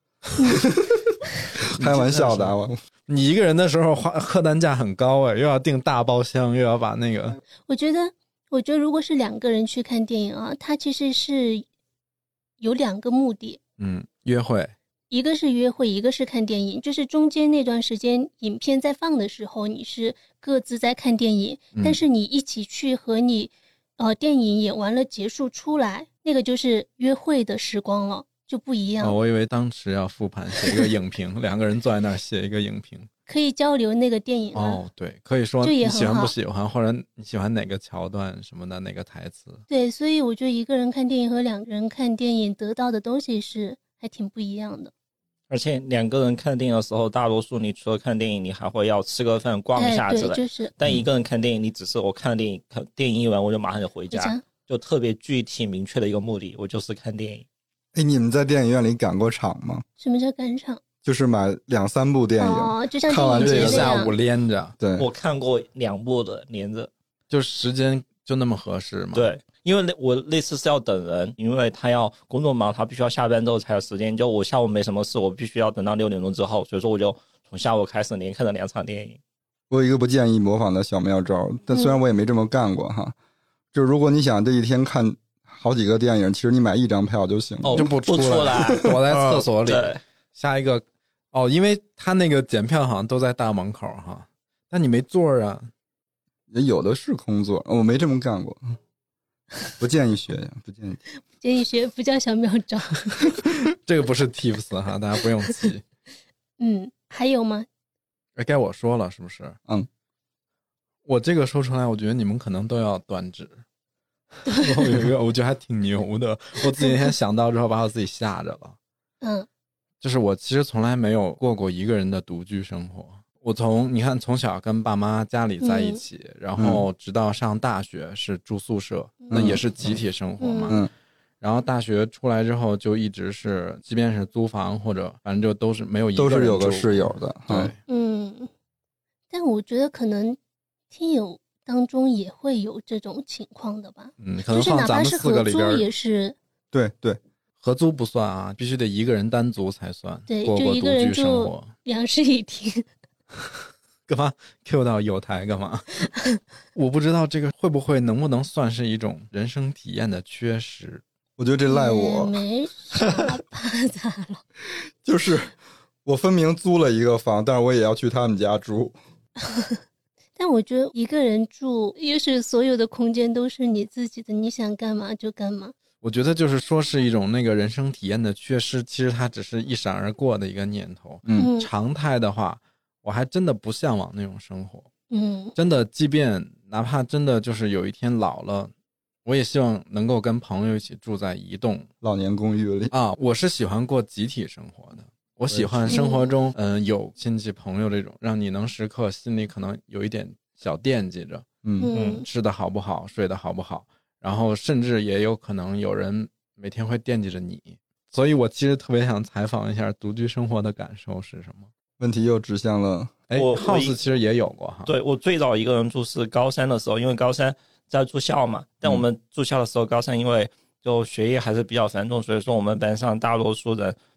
开玩笑的啊！ 你一个人的时候花客单价很高哎，又要订大包厢，又要把那个…… 我觉得，我觉得如果是两个人去看电影啊，它其实是有两个目的， 嗯，约会。 一个是约会，一个是看电影，就是中间那段时间影片在放的时候，你是各自在看电影、嗯、但是你一起去和你呃电影演完了结束出来，那个就是约会的时光了，就不一样、 哦、我以为当时要复盘写一个影评两个人坐在那儿写一个影评， 可以交流那个电影、啊、 哦对，可以说你喜欢不喜欢，或者你喜欢哪个桥段什么的，哪个台词。 对，所以我觉得一个人看电影和两个人看电影得到的东西是还挺不一样的。 而且两个人看电影的时候，大多数你除了看电影，你还会要吃个饭、逛一下之类、 哎、对，就是。 但一个人看电影，你只是我看电影，看电影一完我就马上就回家，回家就特别具体明确的一个目的，我就是看电影。 哎，你们在电影院里赶过场吗？ 什么叫赶场？ 就是买两三部电影， 哦，就像看完这个下午连着。 对， 我看过两部的连着， 就时间就那么合适嘛。 对。因为我类似是要等人，因为他要工作忙，他必须要下班之后才有时间。就我下午没什么事，我必须要等到六点钟之后，所以说我就从下午开始连看了两场电影。 我有一个不建议模仿的小妙招，但虽然我也没这么干过哈，嗯、就是如果你想这一天看好几个电影，其实你买一张票就行了， 哦、 就不出来，躲在厕所里。 对， 下一个哦，因为他那个检票好像都在大门口哈，但你没座啊， 也有的是空座，我没这么干过。不建议学呀，不建议。 不建议学，不叫小妙招。 这个不是 tips 哈，大家不用急。 嗯，还有吗？ 哎，该我说了是不是？ 嗯， 我这个说出来，我觉得你们可能都要断指。我有一个，我觉得还挺牛的。我自己那天想到之后，把我自己吓着了。 嗯， 就是我其实从来没有过过一个人的独居生活。我从你看从小跟爸妈家里在一起、嗯、然后直到上大学是住宿舍、嗯、那也是集体生活嘛、 嗯、 然后大学出来之后就一直是即便是租房或者反正就都是没有一个人住， 都是有个室友的。 对， 嗯，但我觉得可能听友当中也会有这种情况的吧。 嗯，可能放咱们四个里边、 就是哪怕是合租也是。 对对， 合租不算啊，必须得一个人单独才算。 对， 过过就一个人住两室一厅。 干嘛 Q 到有台干嘛？我不知道这个会不会能不能算是一种人生体验的缺失。 我觉得这赖我。 没啥吧，咋了？ 就是我分明租了一个房，但是我也要去他们家住。 但我觉得一个人住，也许所有的空间都是你自己的，你想干嘛就干嘛。 我觉得就是说是一种那个人生体验的缺失，其实它只是一闪而过的一个念头。 嗯， 常态的话，我还真的不向往那种生活。 嗯， 真的，即便哪怕真的就是有一天老了，我也希望能够跟朋友一起住在一栋老年公寓里啊。我是喜欢过集体生活的，我喜欢生活中嗯、呃、有亲戚朋友这种，让你能时刻心里可能有一点小惦记着， 嗯嗯，吃的好不好，睡的好不好，然后甚至也有可能有人每天会惦记着你。所以我其实特别想采访一下独居生活的感受是什么。 问题又指向了， 哎 ，House 其实也有过哈。 对，我最早一个人住是高三的时候，因为高三在住校嘛，但我们住校的时候，高三因为就学业还是比较繁重，所以说我们班上大多数人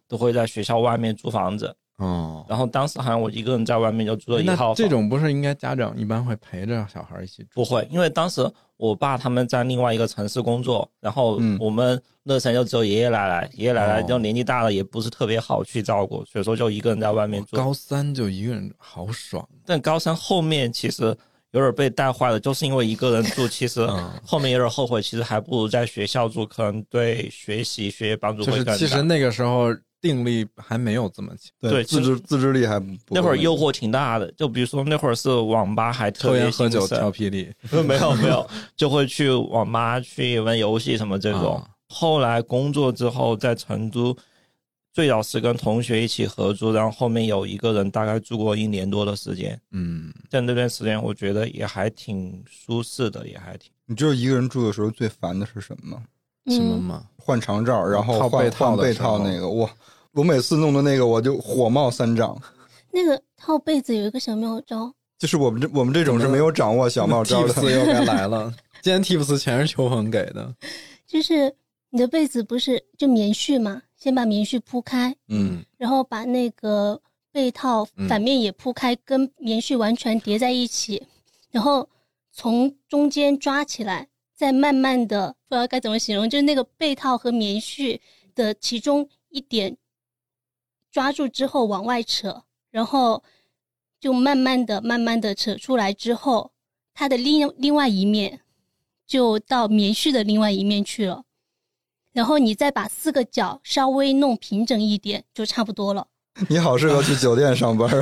都会在学校外面租房子。 哦， 然后当时好像我一个人在外面就住了一套房。 那这种不是应该家长一般会陪着小孩一起住？ 不会，因为当时我爸他们在另外一个城市工作，然后我们乐山就只有爷爷奶奶，爷爷奶奶就年纪大了，也不是特别好去照顾，所以说就一个人在外面住。 高三就一个人好爽。 但高三后面其实有点被带坏了，就是因为一个人住，其实后面有点后悔，其实还不如在学校住，可能对学习学业帮助会更大。 就是其实那个时候定力还没有这么强， 对，自制自制力还不那会儿诱惑挺大的，就比如说那会儿是网吧还特别抽烟喝酒跳霹雳， 没有没有，就会去网吧去玩游戏什么这种。啊、后来工作之后在成都，最早是跟同学一起合租，然后后面有一个人大概住过一年多的时间。嗯，在那段时间我觉得也还挺舒适的，也还挺。 你知道一个人住的时候最烦的是什么吗？ 什么吗？ 换长照，然后换被套换被套那个，哇！我每次弄的那个我就火冒三丈。 那个套被子有一个小妙招， 就是我们这我们这种是没有掌握小妙招的。 Tips 又该来了，今天 Tips 全是秋恒给的。 就是你的被子不是就棉絮嘛，先把棉絮铺开，嗯，然后把那个被套反面也铺开，嗯、跟棉絮完全叠在一起，然后从中间抓起来，再慢慢的不知道该怎么形容，就是那个被套和棉絮的其中一点抓住之后往外扯，然后就慢慢的慢慢的扯出来之后，它的另另外一面就到棉絮的另外一面去了，然后你再把四个角稍微弄平整一点就差不多了。 你好适合去酒店上班。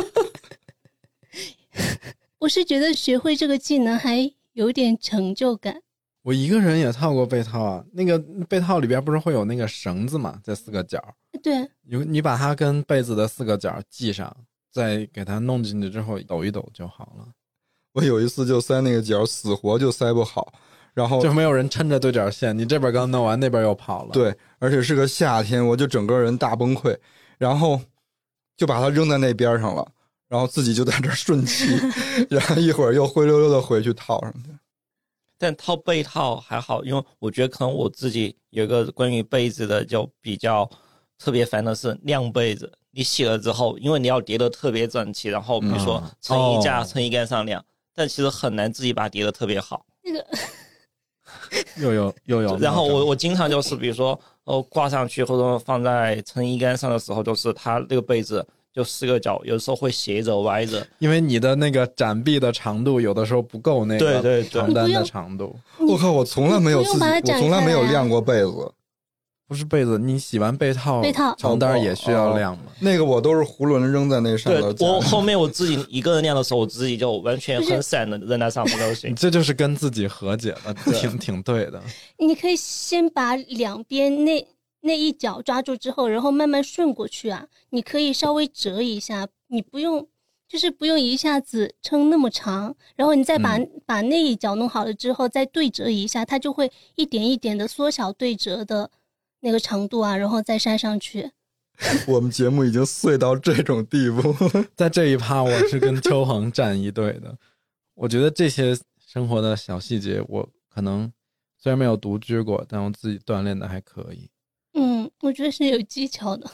我是觉得学会这个技能还有点成就感。 我一个人也套过被套啊，那个被套里边不是会有那个绳子嘛，这四个角， 对， 你你把它跟被子的四个角系上，再给它弄进去之后抖一抖就好了。 我有一次就塞那个角，死活就塞不好，然后就没有人抻着对角线，你这边刚弄完那边又跑了。 对，而且是个夏天，我就整个人大崩溃，然后就把它扔在那边上了，然后自己就在这顺气，然后一会儿又灰溜溜的回去套上去。 但套被套还好，因为我觉得可能我自己有一个关于被子的就比较特别烦的是晾被子。你洗了之后，因为你要叠得特别整齐，然后比如说衬衣架、衬衣杆上晾，但其实很难自己把它叠得特别好。 那个又有又有， 然后我我经常就是比如说哦挂上去或者放在衬衣杆上的时候，就是它那个被子就四个角有时候会斜着歪着， 因为你的那个展臂的长度有的时候不够那个床单的长度。 我靠，我从来没有自己，我从来没有晾过被子。 不是被子，你洗完被套， 被套床单也需要晾吗？ 哦哦、那个我都是囫囵扔在那上头。 对，我后面我自己一个人晾的时候，我自己就完全很散的扔在上面都行。 这就是跟自己和解了，挺挺对的。 你可以先把两边那那一角抓住之后，然后慢慢顺过去啊。你可以稍微折一下，你不用就是不用一下子撑那么长，然后你再把、嗯、把那一角弄好了之后，再对折一下，它就会一点一点的缩小对折的那个长度啊，然后再塞上去。 我们节目已经碎到这种地步。 在这一趴我是跟秋恒站一队的。我觉得这些生活的小细节我可能虽然没有独居过，但我自己锻炼的还可以。 嗯，我觉得是有技巧的。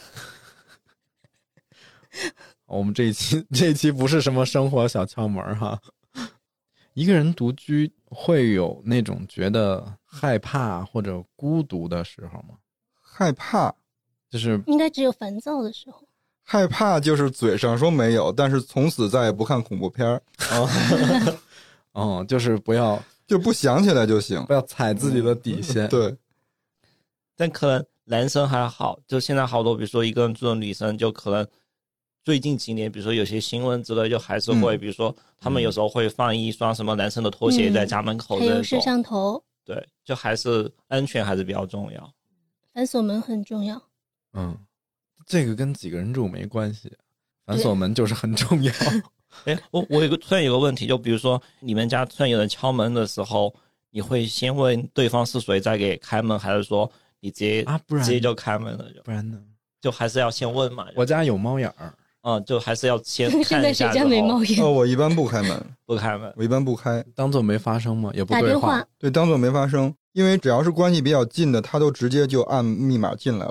我们这一期这一期不是什么生活小窍门哈。一个人独居会有那种觉得害怕或者孤独的时候吗？ 害怕就是应该只有烦躁的时候。 害怕就是嘴上说没有，但是从此再也不看恐怖片。 哦, 哦，就是不要就不想起来就行， 不要踩自己的底线。 嗯、对， 但可能男生还好，就现在好多比如说一个人住的女生，就可能最近几年比如说有些新闻之类，就还是会、嗯、比如说他们有时候会放一双什么男生的拖鞋在家门口、嗯、 还有摄像头。 对，就还是安全还是比较重要， 反锁门很重要。 嗯，这个跟几个人住没关系，反锁门就是很重要。 哎，我我有个突然有个问题，就比如说你们家突然有人敲门的时候，你会先问对方是谁再给开门，还是说你直接啊，不然直接就开门了？就不然呢？ 就还是要先问嘛。 我家有猫眼儿。 嗯，就还是要先看一下。 现在谁家没猫眼？ 哦，我一般不开门， 不开门， 我一般不开， 当做没发生吗？也不对话。打电话。 对，当做没发生，因为只要是关系比较近的，他都直接就按密码进来了。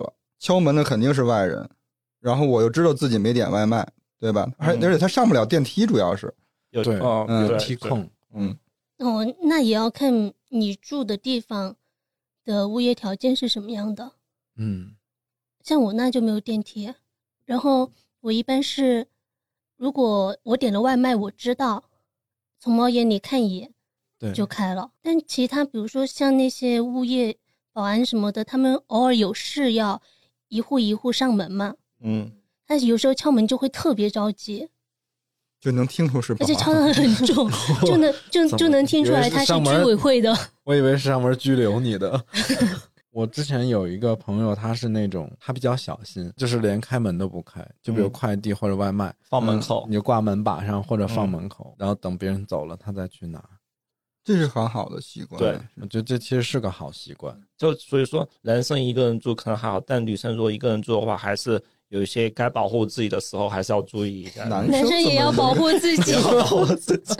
敲门的肯定是外人，然后我又知道自己没点外卖，对吧？而、嗯、而且他上不了电梯，主要是有对嗯电梯控， 嗯哦，那也要看你住的地方的物业条件是什么样的。 嗯， 像我那就没有电梯，然后我一般是，如果我点了外卖，我知道从猫眼里看一眼就开了。但其他比如说像那些物业保安什么的，他们偶尔有事要一户一户上门嘛， 嗯， 但是有时候敲门就会特别着急， 就能听出是保安， 而且敲得很重，就能就就能听出来他是居委会的。 我以为是上门拘留你的。我之前有一个朋友，他是那种他比较小心，就是连开门都不开，就比如快递或者外卖、嗯、 放门口， 你就挂门把上或者放门口、嗯、然后等别人走了他再去拿， 这是很好的习惯。 对， 我觉得这其实是个好习惯。 就所以说男生一个人住可能还好，但女生如果一个人住的话，还是有一些该保护自己的时候还是要注意一下。 男生也要保护自己， 要保护自己。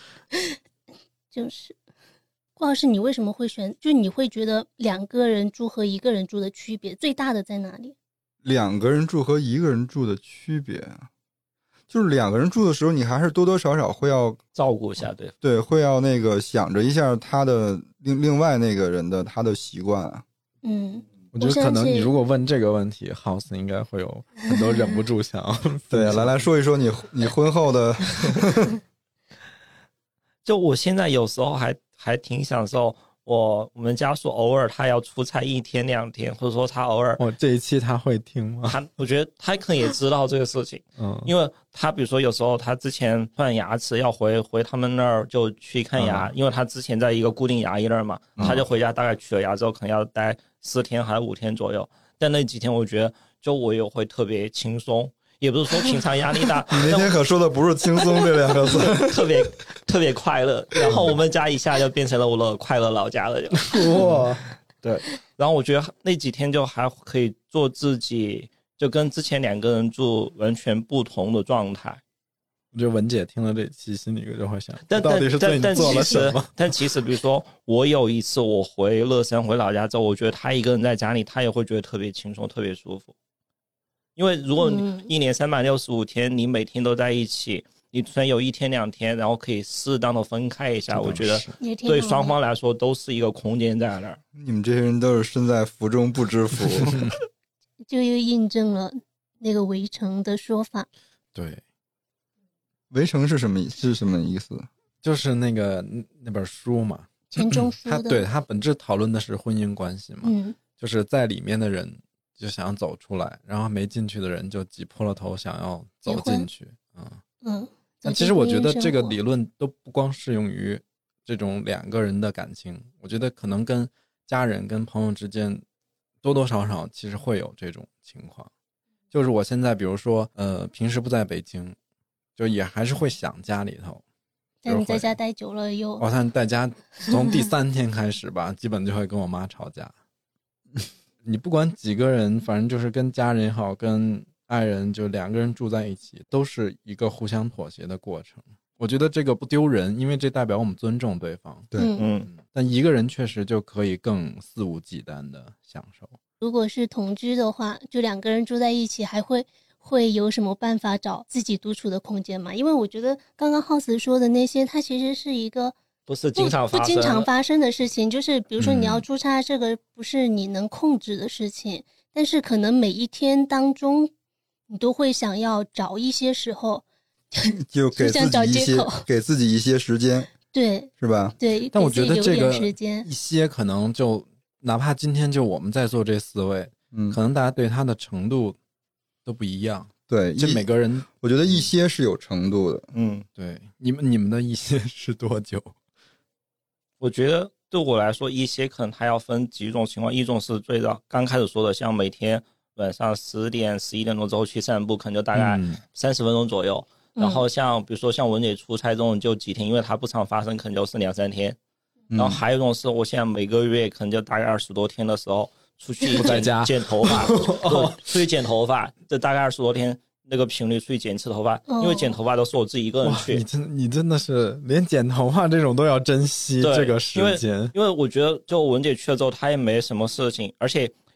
就是郭老师，你为什么会选？就你会觉得两个人住和一个人住的区别最大的在哪里？ 两个人住和一个人住的区别，就是两个人住的时候，你还是多多少少会要照顾一下，对对，会要那个想着一下他的另另外那个人的他的习惯啊。 嗯， 我觉得可能你如果问这个问题 ，House 应该会有很多忍不住想对，来来说一说你你婚后的。 就我现在有时候还还挺享受我我们家说偶尔他要出差一天两天，或者说他偶尔哦这一期他会听吗？ 他我觉得他可能也知道这个事情，嗯，因为他比如说有时候他之前换牙齿要回回他们那儿就去看牙、嗯，因为他之前在一个固定牙医那儿嘛、嗯，他就回家大概取了牙之后可能要待四天还是五天左右，但那几天我觉得就我也会特别轻松。也不是说平常压力大， 你那天可说的不是轻松这两个字， 特别特别快乐。然后我们家一下就变成了我的快乐老家了，就哇，对。然后我觉得那几天就还可以做自己，就跟之前两个人住完全不同的状态。 我觉得文姐听了这期心里就会想， 但到底是对你做了什么？ 但其实，比如说我有一次我回乐山回老家之后，我觉得他一个人在家里，他也会觉得特别轻松，特别舒服。因为如果你一年三百六十五天，你每天都在一起，你虽然有一天两天，然后可以适当的分开一下，我觉得对双方来说都是一个空间在那儿。 你们这些人都是身在福中不知福。 就又印证了那个围城的说法。 对， 围城是什么是什么意思？ 就是那个那本书嘛， 钱钟书的， 他对他本质讨论的是婚姻关系嘛， 嗯， 就是在里面的人就想走出来，然后没进去的人就挤破了头想要走进去。嗯嗯， 但其实我觉得这个理论都不光适用于这种两个人的感情，我觉得可能跟家人跟朋友之间多多少少其实会有这种情况。就是我现在比如说呃平时不在北京，就也还是会想家里头， 但你在家待久了又我看在家从第三天开始吧基本就会跟我妈吵架。你不管几个人，反正就是跟家人也好跟爱人就两个人住在一起，都是一个互相妥协的过程。我觉得这个不丢人，因为这代表我们尊重对方。 对， 嗯， 但一个人确实就可以更肆无忌惮的享受。 如果是同居的话，就两个人住在一起，还会会有什么办法找自己独处的空间吗？因为我觉得刚刚 House 说的那些，它其实是一个不是经常发生不经常发生的事情，就是比如说你要出差，这个不是你能控制的事情、嗯、但是可能每一天当中你都会想要找一些时候就给自己一些给自己一些时间， 对， 是吧？ 对， 但我觉得这个时间一些可能就哪怕今天就我们在做这四位，嗯，可能大家对他的程度都不一样。 对， 就每个人我觉得一些是有程度的。 嗯， 对，你们你们的一些是多久？ 我觉得对我来说一些可能还要分几种情况，一种是最早刚开始说的，像每天晚上十点十一点多之后去散步，可能就大概三十分钟左右、嗯、然后像比如说像文姐出差这种就几天，因为它不常发生，可能就是两三天、嗯、然后还有一种是我现在每个月可能就大概二十多天的时候出去不在家剪头发对，出去剪头发，这大概二十多天那个频率出去剪一次头发、哦、因为剪头发都是我自己一个人去。 你真你真的是连剪头发这种都要珍惜这个时间。 因为因为我觉得就文姐去了之后她也没什么事情，而且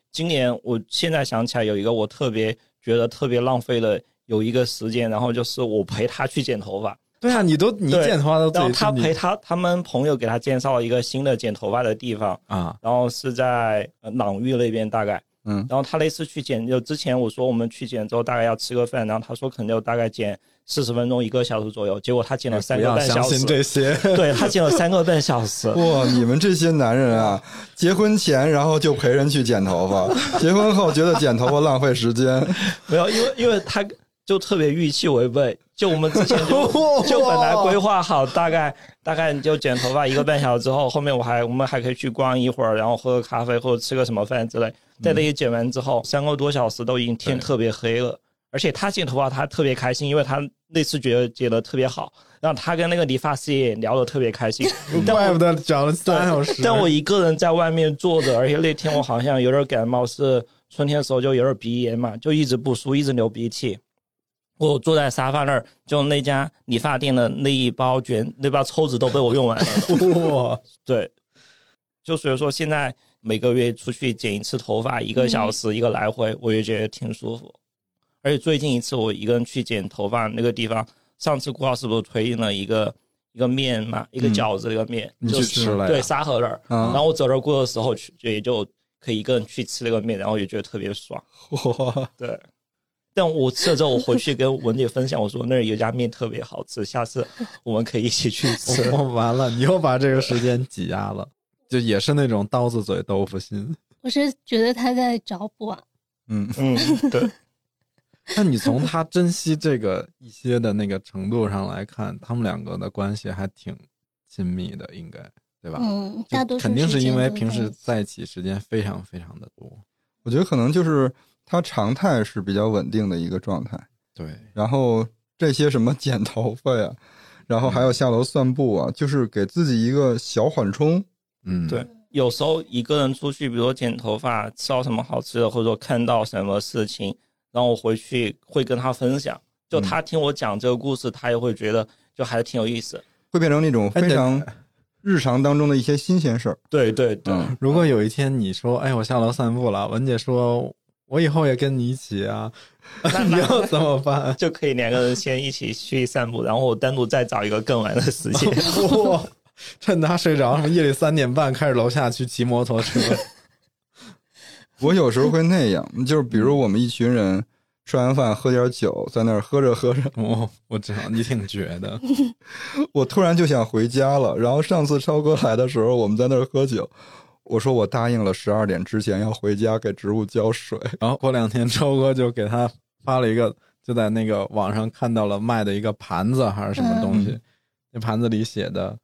今年我现在想起来有一个我特别觉得特别浪费的有一个时间，然后就是我陪他去剪头发。 对啊，你都你剪头发都自己， 然后他陪他他们朋友给他介绍一个新的剪头发的地方啊，然后是在朗玉那边大概，嗯，然后他类似去剪，就之前我说我们去剪之后大概要吃个饭，然后他说可能就大概剪四十分钟一个小时左右，结果他剪了三个半小时。不要相信这些， 对他剪了三个半小时。 哇，你们这些男人啊，结婚前然后就陪人去剪头发，结婚后觉得剪头发浪费时间。 没有，因为因为他就特别预期违背。就我们之前就就本来规划好，大概大概你就剪头发一个半小时之后，后面我还我们还可以去逛一会儿，然后喝个咖啡或者吃个什么饭之类。在那里剪完之后，三个多小时都已经天特别黑了。而且他剪头发他特别开心，因为他那次觉得剪得特别好，然后他跟那个理发师也聊得特别开心。 怪不得讲了三小时。 但我一个人在外面坐着，而且那天我好像有点感冒，是春天的时候就有点鼻炎嘛，就一直不舒服，一直流鼻涕。我坐在沙发那儿，就那家理发店的那一包卷那包抽纸都被我用完了。哇，对，就所以说现在每个月出去剪一次头发，一个小时、嗯、一个来回，我也觉得挺舒服。而且最近一次我一个人去剪头发那个地方，上次顾老师不是推荐了一个一个面嘛，一个饺子的一个面， 嗯、 就你去吃了？ 对，沙河那儿、嗯。然后我走这过的时候去，也就可以一个人去吃那个面，然后也觉得特别爽。哇，对。但我吃了之后，我回去跟文姐分享，我说那儿有家面特别好吃，下次我们可以一起去吃。 我完了，你又把这个时间挤压了，就也是那种刀子嘴豆腐心。 我是觉得他在找补啊。 嗯嗯，对。 那你从他珍惜这个一些的那个程度上来看，他们两个的关系还挺亲密的，应该对吧？ 嗯，大多数肯定是因为平时在一起时间非常非常的多。 我觉得可能就是他常态是比较稳定的一个状态。 对， 然后这些什么剪头发呀，然后还有下楼散步啊，嗯、就是给自己一个小缓冲。 嗯， 对。有时候一个人出去，比如说剪头发，吃到什么好吃的，或者说看到什么事情，然后我回去会跟他分享。就他听我讲这个故事，嗯、他也会觉得就还挺有意思， 会变成那种非常日常当中的一些新鲜事儿。 对对对、 嗯。如果有一天你说，哎，我下楼散步了，文姐说，我以后也跟你一起啊，那你要怎么办？ 就可以两个人先一起去散步，然后我单独再找一个更晚的时间。 哇，趁他睡着，夜里三点半开始楼下去骑摩托车。 我有时候会那样，就是比如我们一群人吃完饭喝点酒，在那儿喝着喝着， 哦，我知道你挺绝的。 我突然就想回家了。然后上次超哥来的时候，我们在那儿喝酒，我说我答应了十二点之前要回家给植物浇水。 然后过两天超哥就给他发了一个，就在那个网上看到了卖的一个盘子还是什么东西，嗯、那盘子里写的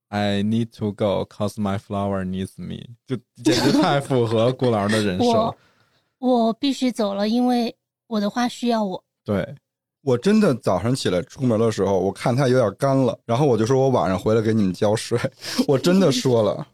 I need to go cause my flower needs me， 就简直太符合顾老师的人设。 我我必须走了，因为我的花需要我。 对，我真的早上起来出门的时候，我看它有点干了，然后我就说我晚上回来给你们浇水。我真的说了。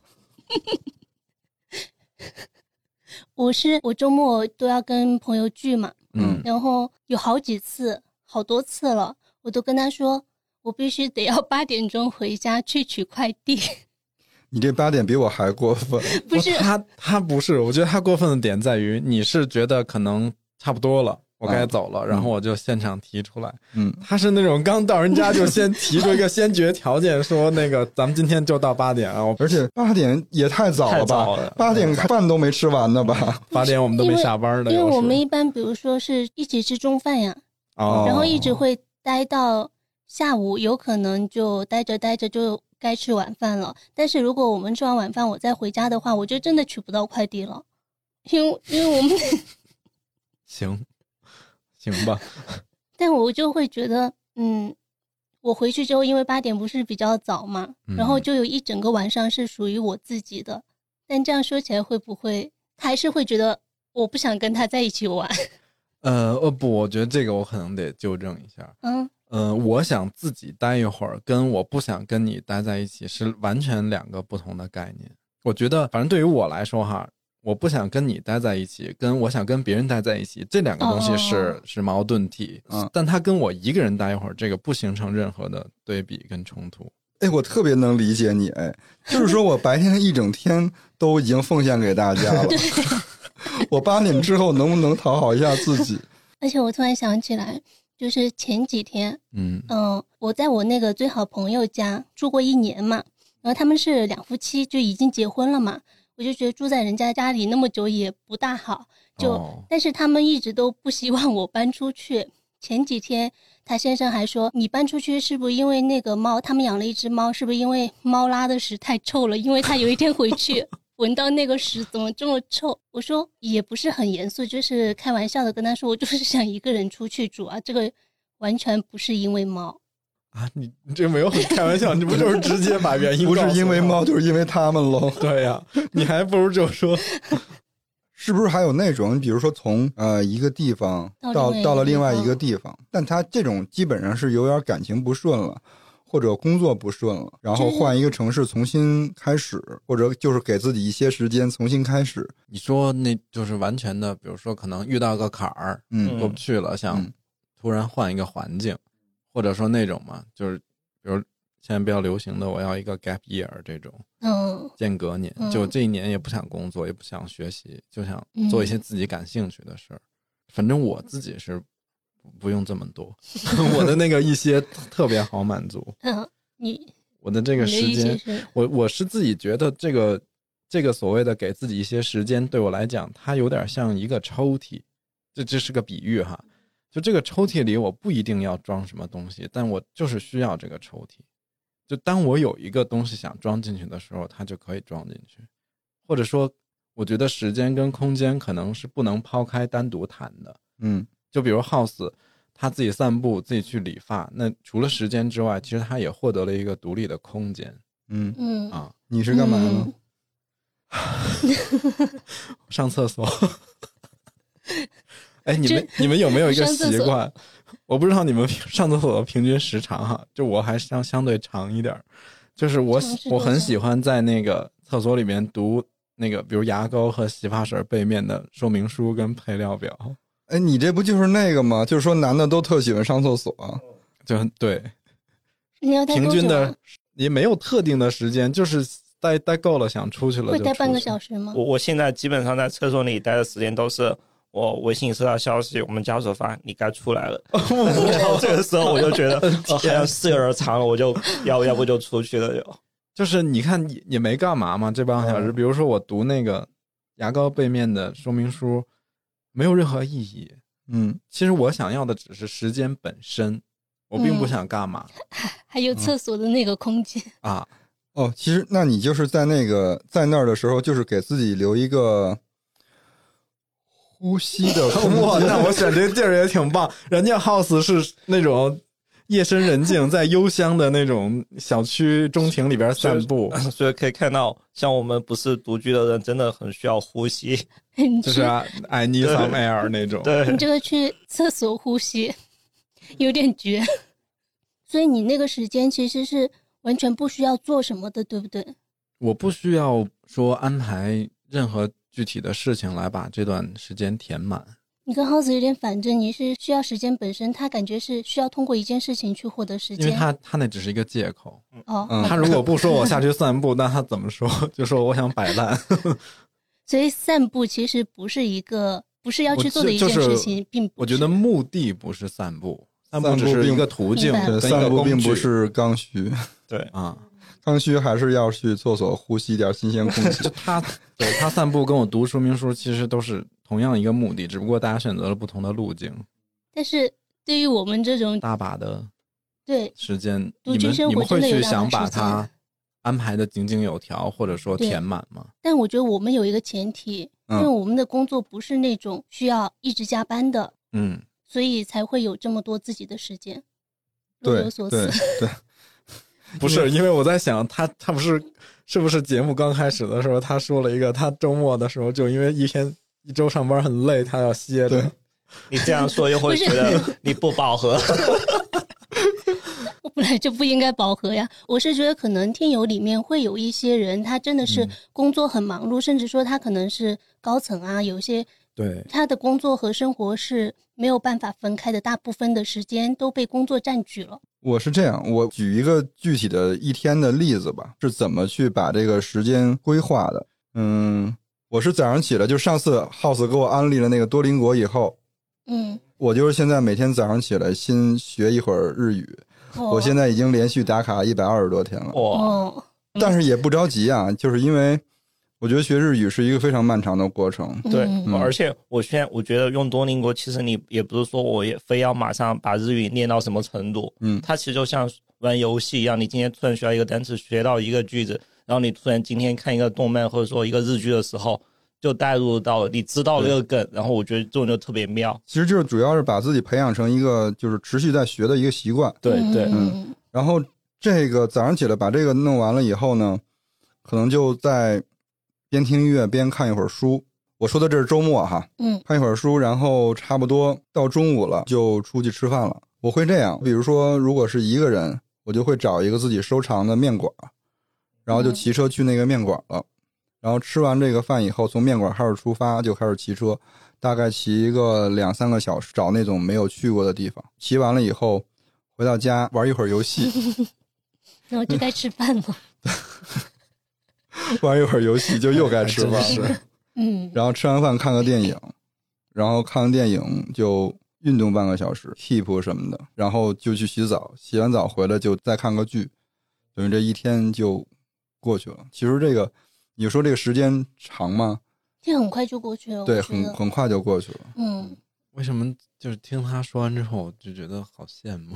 我是我周末都要跟朋友聚嘛， 嗯， 然后有好几次，好多次了，我都跟他说。我必须得要八点钟回家去取快递。 你这八点比我还过分。 不是他，他不是，我觉得他过分的点在于，你是觉得可能差不多了，我该走了，啊、然后我就现场提出来。 嗯， 他是那种刚到人家就先提出一个先决条件，说那个咱们今天就到八点啊， 而且八点也太早了吧？八点饭都没吃完呢吧？ 八点我们都没下班呢。 因为我们一般比如说是一起吃中饭呀， 哦， 然后一直会待到。下午有可能就待着待着就该吃晚饭了，但是如果我们吃完晚饭我再回家的话，我就真的取不到快递了，因为因为我们行行吧， 但我就会觉得，嗯，我回去之后，因为八点不是比较早嘛， 嗯、 然后就有一整个晚上是属于我自己的，但这样说起来会不会他还是会觉得我不想跟他在一起玩？ 呃呃不，我觉得这个我可能得纠正一下， 嗯。 呃，我想自己待一会儿，跟我不想跟你待在一起是完全两个不同的概念。我觉得，反正对于我来说哈，我不想跟你待在一起，跟我想跟别人待在一起，这两个东西是、哦、是矛盾体。 嗯， 但他跟我一个人待一会儿，这个不形成任何的对比跟冲突。 哎，我特别能理解你，哎，就是说我白天一整天都已经奉献给大家了。 我八点之后能不能讨好一下自己？ 而且我突然想起来，就是前几天， 嗯嗯、呃，我在我那个最好朋友家住过一年嘛，然后他们是两夫妻，就已经结婚了嘛，我就觉得住在人家家里那么久也不大好，就、哦、但是他们一直都不希望我搬出去。前几天他先生还说，你搬出去是不是因为那个猫，他们养了一只猫，是不是因为猫拉的屎太臭了，因为他有一天回去闻到那个屎怎么这么臭。我说也不是很严肃，就是开玩笑的跟他说，我就是想一个人出去住啊，这个完全不是因为猫啊。你你这没有很开玩笑，你不就是直接把原因不是因为猫就是因为他们喽？ 对呀、啊，你还不如就说是不是还有那种比如说从呃一个地方到到了另外一个地方，但他这种基本上是有点感情不顺了，或者工作不顺了，然后换一个城市重新开始，或者就是给自己一些时间重新开始。 你说那就是完全的，比如说可能遇到个坎儿，嗯，过不去了，想突然换一个环境，嗯、或者说那种嘛，就是比如现在比较流行的，我要一个 gap year 这种，嗯，间隔年，嗯、就这一年也不想工作，也不想学习，就想做一些自己感兴趣的事儿。嗯、反正我自己是不用这么多，我的那个一些特别好满足。 嗯，你我的这个时间，我我是自己觉得这个这个所谓的给自己一些时间，对我来讲，它有点像一个抽屉，这这是个比喻哈。就这个抽屉里，我不一定要装什么东西，但我就是需要这个抽屉。就当我有一个东西想装进去的时候，它就可以装进去。或者说，我觉得时间跟空间可能是不能抛开单独谈的。 嗯。 就比如 House 他自己散步自己去理发，那除了时间之外，其实他也获得了一个独立的空间。 嗯嗯啊，你是干嘛呢？ 嗯、 上厕所。哎，你们你们有没有一个习惯？我不知道你们上厕所的平均时长哈，就我还相相对长一点，就是我我很喜欢在那个厕所里面读那个比如牙膏和洗发水背面的说明书跟配料表。 哎，你这不就是那个吗？就是说男的都特喜欢上厕所、啊， 就对。 你要待多久啊？ 平均的也没有特定的时间，就是待待够了想出去了就出去。 会待半个小时吗？ 我我现在基本上在厕所里待的时间都是我微信收到消息，我们家属发你该出来了，然后这个时候我就觉得好像事有点长了，我就要要不就出去了就。 就是你看你也没干嘛嘛，这半个小时，比如说我读那个牙膏背面的说明书。没有任何意义， 嗯， 其实我想要的只是时间本身，我并不想干嘛。 嗯、还有厕所的那个空间、 嗯、啊， 哦，其实那你就是在那个在那儿的时候，就是给自己留一个呼吸的空间。 哇，那我选这个地儿也挺棒。人家 House 是那种夜深人静在幽香的那种小区中庭里边散步， 所以可以看到像我们不是独居的人真的很需要呼吸， 就是啊 I need some air 那种。 对， 你这个去厕所呼吸有点绝。所以你那个时间其实是完全不需要做什么的，对不对？ 我不需要说安排任何具体的事情来把这段时间填满。 你跟 House 有点反正，你是需要时间本身，他感觉是需要通过一件事情去获得时间。 因为他他那只是一个借口。 哦， 他如果不说我下去散步，那他怎么说？就说我想摆烂。 所以散步其实不是一个不是要去做的一件事情， 就是、 并不是。 我觉得目的不是散步，散步只是一个途径， 散步并不是刚需。 对啊。 刚需还是要去厕所呼吸点新鲜空气。 就他对他散步跟我读说明书其实都是同样一个目的，只不过大家选择了不同的路径。 但是对于我们这种大把的对时间，你们你们会去想把它安排的井井有条，或者说填满吗？ 但我觉得我们有一个前提，因为我们的工作不是那种需要一直加班的， 嗯， 所以才会有这么多自己的时间。 对， 若有所思。 对。对不是，因为我在想他他不是是不是节目刚开始的时候他说了一个他周末的时候就因为一天一周上班很累他要歇着。 你这样说又会觉得你不饱和。 我本来就不应该饱和呀。我是觉得可能听友里面会有一些人他真的是工作很忙碌、嗯、甚至说他可能是高层啊，有些对他的工作和生活是没有办法分开的，大部分的时间都被工作占据了。 我是这样，我举一个具体的一天的例子吧，是怎么去把这个时间规划的。嗯， 我是早上起来，就上次 House 给我安利了那个多邻国以后， 嗯， 我就是现在每天早上起来先学一会儿日语， 哦、 我现在已经连续打卡一百二十多天了。 哦， 但是也不着急啊，就是因为我觉得学日语是一个非常漫长的过程。 对、 嗯， 而且我现在我觉得用多邻国，其实你也不是说我也非要马上把日语练到什么程度， 嗯， 它其实就像玩游戏一样，你今天突然学到一个单词，学到一个句子，然后你突然今天看一个动漫或者说一个日剧的时候，就带入到了，你知道这个梗，然后我觉得这种就特别妙。 其实就是主要是把自己培养成一个就是持续在学的一个习惯。 对对， 嗯。然后这个早上起来把这个弄完了以后呢，可能就在边听音乐边看一会儿书。我说的这是周末哈， 嗯， 看一会儿书，然后差不多到中午了就出去吃饭了。我会这样，比如说如果是一个人，我就会找一个自己收藏的面馆，然后就骑车去那个面馆了。嗯，然后吃完这个饭以后，从面馆开始出发，就开始骑车，大概骑一个两三个小时，找那种没有去过的地方。骑完了以后，回到家玩一会儿游戏， 然后就该吃饭了。 玩一会儿游戏就又该吃饭了。 嗯， 然后吃完饭看个电影，然后看完电影就运动半个小时 ，keep 什么的，然后就去洗澡，洗完澡回来就再看个剧，等于这一天就过去了。其实这个你说这个时间长吗？ 天很快就过去了。 对，很很快就过去了。 嗯， 为什么就是听他说完之后，我就觉得好羡慕？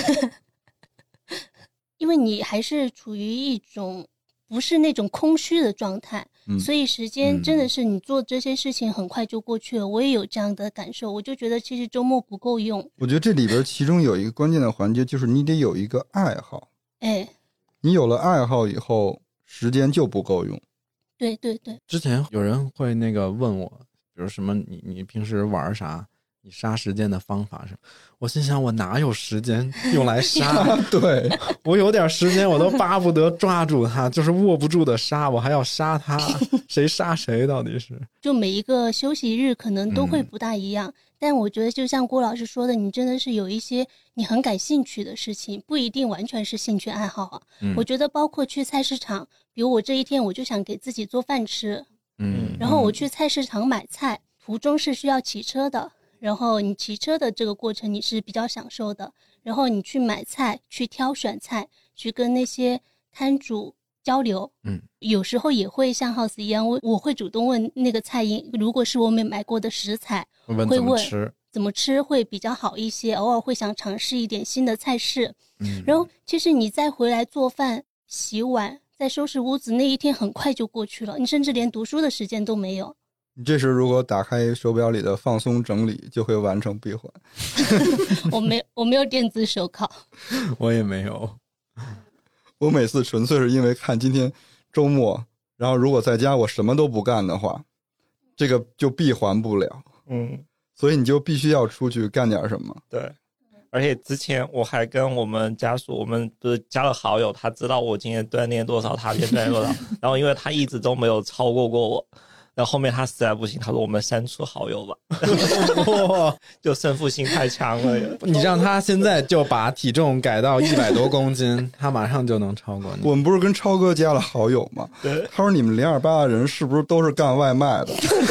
因为你还是处于一种不是那种空虚的状态，嗯，所以时间真的是你做这些事情很快就过去了。嗯，我也有这样的感受，我就觉得其实周末不够用。 我觉得这里边其中有一个关键的环节，就是你得有一个爱好。 哎， 你有了爱好以后，时间就不够用。 对对对， 之前有人会那个问我，比如什么你你平时玩啥，你杀时间的方法是，我心想我哪有时间用来杀？ 对， 我有点时间我都巴不得抓住他，就是握不住的杀，我还要杀他，谁杀谁到底是？ 就每一个休息日可能都会不大一样，嗯，但我觉得就像郭老师说的，你真的是有一些你很感兴趣的事情，不一定完全是兴趣爱好啊。嗯，我觉得包括去菜市场，比如我这一天我就想给自己做饭吃，嗯，然后我去菜市场买菜，途中是需要骑车的，然后你骑车的这个过程你是比较享受的，然后你去买菜，去挑选菜，去跟那些摊主交流，嗯，有时候也会像 House 一样，我我会主动问那个菜因，如果是我没买过的食材， 问会问怎么吃， 怎么吃会比较好一些，偶尔会想尝试一点新的菜式，嗯，然后其实你再回来做饭、洗碗、再收拾屋子，那一天很快就过去了，你甚至连读书的时间都没有。 你这时如果打开手表里的放松整理，就会完成闭环。 我没我没有电子手铐， 我也没有。 我每次纯粹是因为看今天周末，然后如果在家我什么都不干的话，这个就闭环不了。嗯，所以你就必须要出去干点什么。 对，而且之前我还跟我们家属，我们不是加了好友，他知道我今天锻炼多少，他今天锻炼多少，然后因为他一直都没有超过过我。然后后面他实在不行，他说我们删除好友吧。就胜负心太强了。 你让他现在就把体重改到一百多公斤，他马上就能超过你。 我们不是跟超哥加了好友吗？ 对， 他说你们零二八的人是不是都是干外卖的？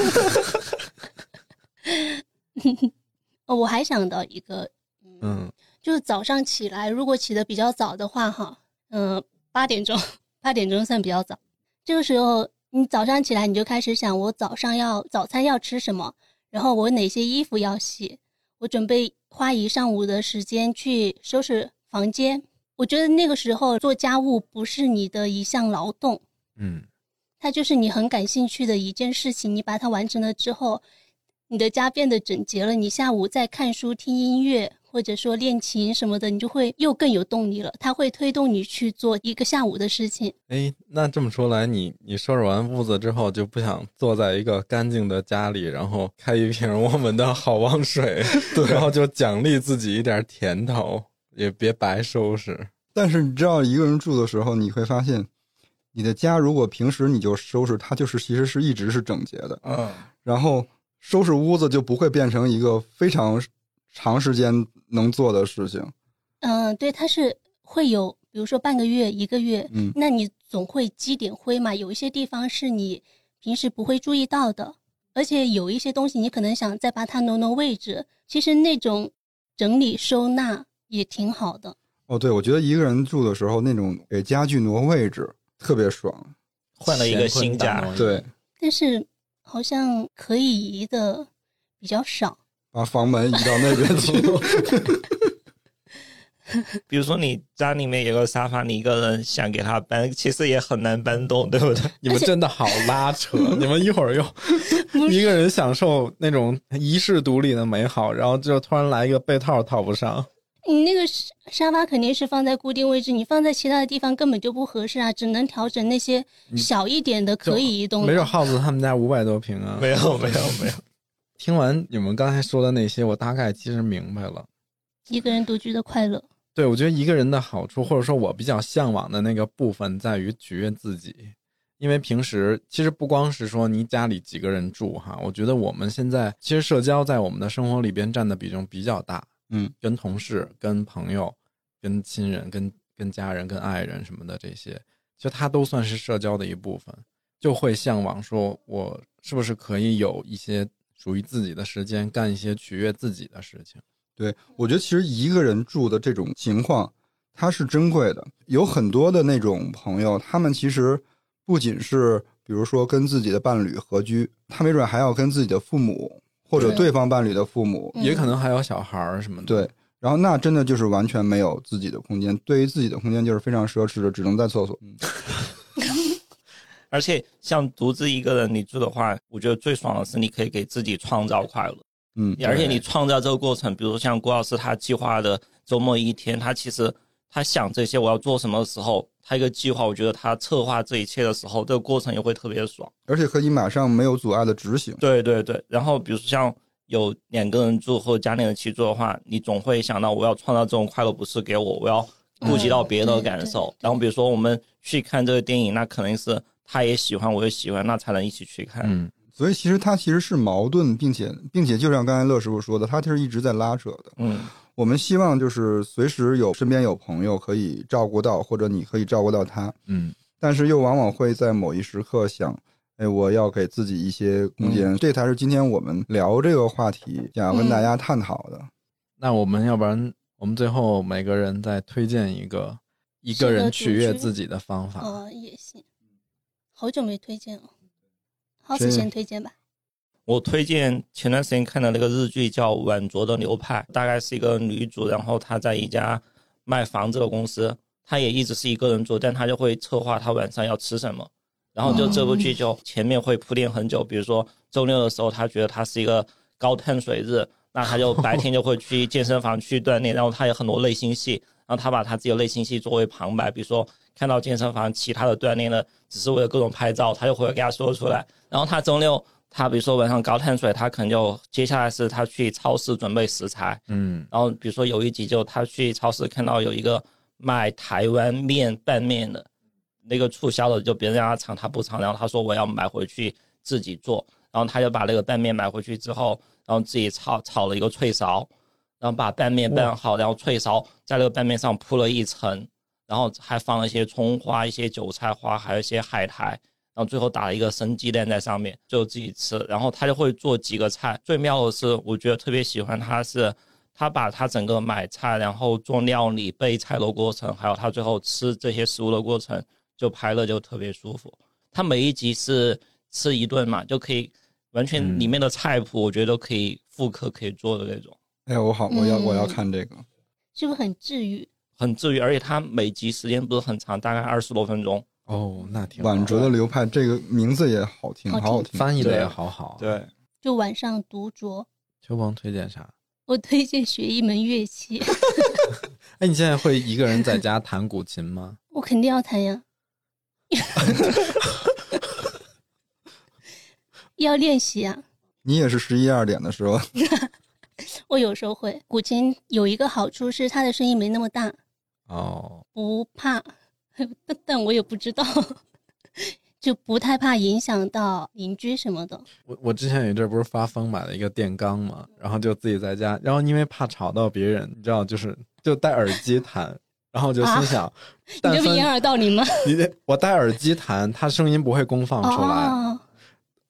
哦，我还想到一个，嗯，就是早上起来，如果起得比较早的话，哈，嗯、呃，八点钟，八点钟算比较早。这个时候。你早上起来你就开始想，我早上要早餐要吃什么，然后我哪些衣服要洗，我准备花一上午的时间去收拾房间。我觉得那个时候做家务不是你的一项劳动，嗯，它就是你很感兴趣的一件事情，你把它完成了之后，你的家变得整洁了，你下午再看书听音乐或者说练琴什么的，你就会又更有动力了，它会推动你去做一个下午的事情。 诶，那这么说来，你你收拾完屋子之后就不想坐在一个干净的家里，然后开一瓶我们的好望水，对，然后就奖励自己一点甜头，也别白收拾。 但是你知道一个人住的时候，你会发现你的家如果平时你就收拾它，就是其实是一直是整洁的，嗯，然后收拾屋子就不会变成一个非常长时间能做的事情。 嗯、呃，对，它是会有比如说半个月一个月，嗯，那你总会积点灰嘛，有一些地方是你平时不会注意到的，而且有一些东西你可能想再把它挪挪位置，其实那种整理收纳也挺好的。 哦，对，我觉得一个人住的时候那种给家具挪位置特别爽， 换了一个新家。 对， 但是好像可以移的比较少， 把房门移到那边去。 比如说你家里面有个沙发，你一个人想给它搬，其实也很难搬动，对不对？ 你们真的好拉扯，你们一会儿又一个人享受那种遗世独立的美好，然后就突然来一个被套套不上。 你那个沙发肯定是放在固定位置，你放在其他的地方根本就不合适啊，只能调整那些小一点的可以移动的。 没准耗子他们家五百多平啊。 没有没有没有。 听完你们刚才说的那些，我大概其实明白了一个人独居的快乐。 对，我觉得一个人的好处，或者说我比较向往的那个部分在于取悦自己。因为平时其实不光是说你家里几个人住哈，我觉得我们现在其实社交在我们的生活里边占的比重比较大。 嗯， 跟同事、跟朋友、跟亲人、跟跟家人、跟爱人什么的，这些其实它都算是社交的一部分，就会向往说我是不是可以有一些属于自己的时间，干一些取悦自己的事情。 对，我觉得其实一个人住的这种情况它是珍贵的，有很多的那种朋友，他们其实不仅是比如说跟自己的伴侣合居，他没准还要跟自己的父母或者对方伴侣的父母， 也可能还有小孩什么的。 对，然后那真的就是完全没有自己的空间，对于自己的空间就是非常奢侈的，只能在厕所。 而且像独自一个人你住的话，我觉得最爽的是你可以给自己创造快乐。 嗯， 而且你创造这个过程，比如说像郭老师他计划的周末一天，他其实他想这些我要做什么的时候，他一个计划，我觉得他策划这一切的时候，这个过程也会特别爽， 而且可以马上没有阻碍的执行。 对对对，然后比如说像有两个人住或者家里人一起住的话，你总会想到我要创造这种快乐不是给我，我要顾及到别人的感受。嗯、然后比如说我们去看这个电影，那可能是他也喜欢我也喜欢，那才能一起去看。 嗯， 所以其实它其实是矛盾，并且并且就像刚才乐师傅说的，它就是一直在拉扯的。 嗯， 我们希望就是随时有身边有朋友可以照顾到，或者你可以照顾到他。 嗯， 但是又往往会在某一时刻想，哎，我要给自己一些空间。嗯、这才是今天我们聊这个话题想要跟大家探讨的。 嗯、那我们要不然我们最后每个人再推荐一个一个人取悦自己的方法。 哦，也行。好久没推荐了。耗子先推荐吧。 我推荐前段时间看的那个日剧叫《晚酌的流派》，大概是一个女主，然后她在一家卖房子的公司，她也一直是一个人住，但她就会策划她晚上要吃什么，然后就这部剧就前面会铺垫很久，比如说周六的时候她觉得她是一个高碳水日，那她就白天就会去健身房去锻炼，然后她有很多内心戏，然后她把她自己的内心戏作为旁白，比如说看到健身房其他的锻炼的只是为了各种拍照，她就会给她说出来。然后她周六他比如说晚上高碳水，他可能就接下来是他去超市准备食材， 嗯， 然后比如说有一集就他去超市看到有一个卖台湾面拌面的，那个促销的就别人让他尝他不尝，然后他说我要买回去自己做，然后他就把那个拌面买回去之后，然后自己炒炒了一个脆勺，然后把拌面拌好，然后脆勺在那个拌面上铺了一层，然后还放了一些葱花、一些韭菜花，还有一些海苔。然后最后打了一个生鸡蛋在上面，就自己吃。然后他就会做几个菜，最妙的是我觉得特别喜欢他是他把他整个买菜然后做料理备菜的过程，还有他最后吃这些食物的过程，就拍了就特别舒服。他每一集是吃一顿嘛，就可以完全里面的菜谱我觉得都可以复刻可以做的那种。 哎，我好，我要、嗯、我要看这个， 是不是很治愈？ 很治愈，而且他每集时间不是很长，大概二十多分钟。 哦，那挺好。 晚酌的流派这个名字也好听，好好听， 翻译的也好好。 对， 就晚上独酌。 秋鹏推荐啥？ 我推荐学一门乐器。 哎，你现在会一个人在家弹古琴吗？ 我肯定要弹呀。要练习呀。 你也是十一二点的时候。 我有时候会。古琴有一个好处是它的声音没那么大。 哦。 不怕。但但我也不知道，就不太怕影响到邻居什么的。 我我之前有一阵不是发疯买了一个电钢嘛，然后就自己在家，然后因为怕吵到别人，你知道，就是就戴耳机弹，然后就心想，啊、 你这不掩耳盗铃吗？ 你我戴耳机弹，它声音不会公放出来。 哦、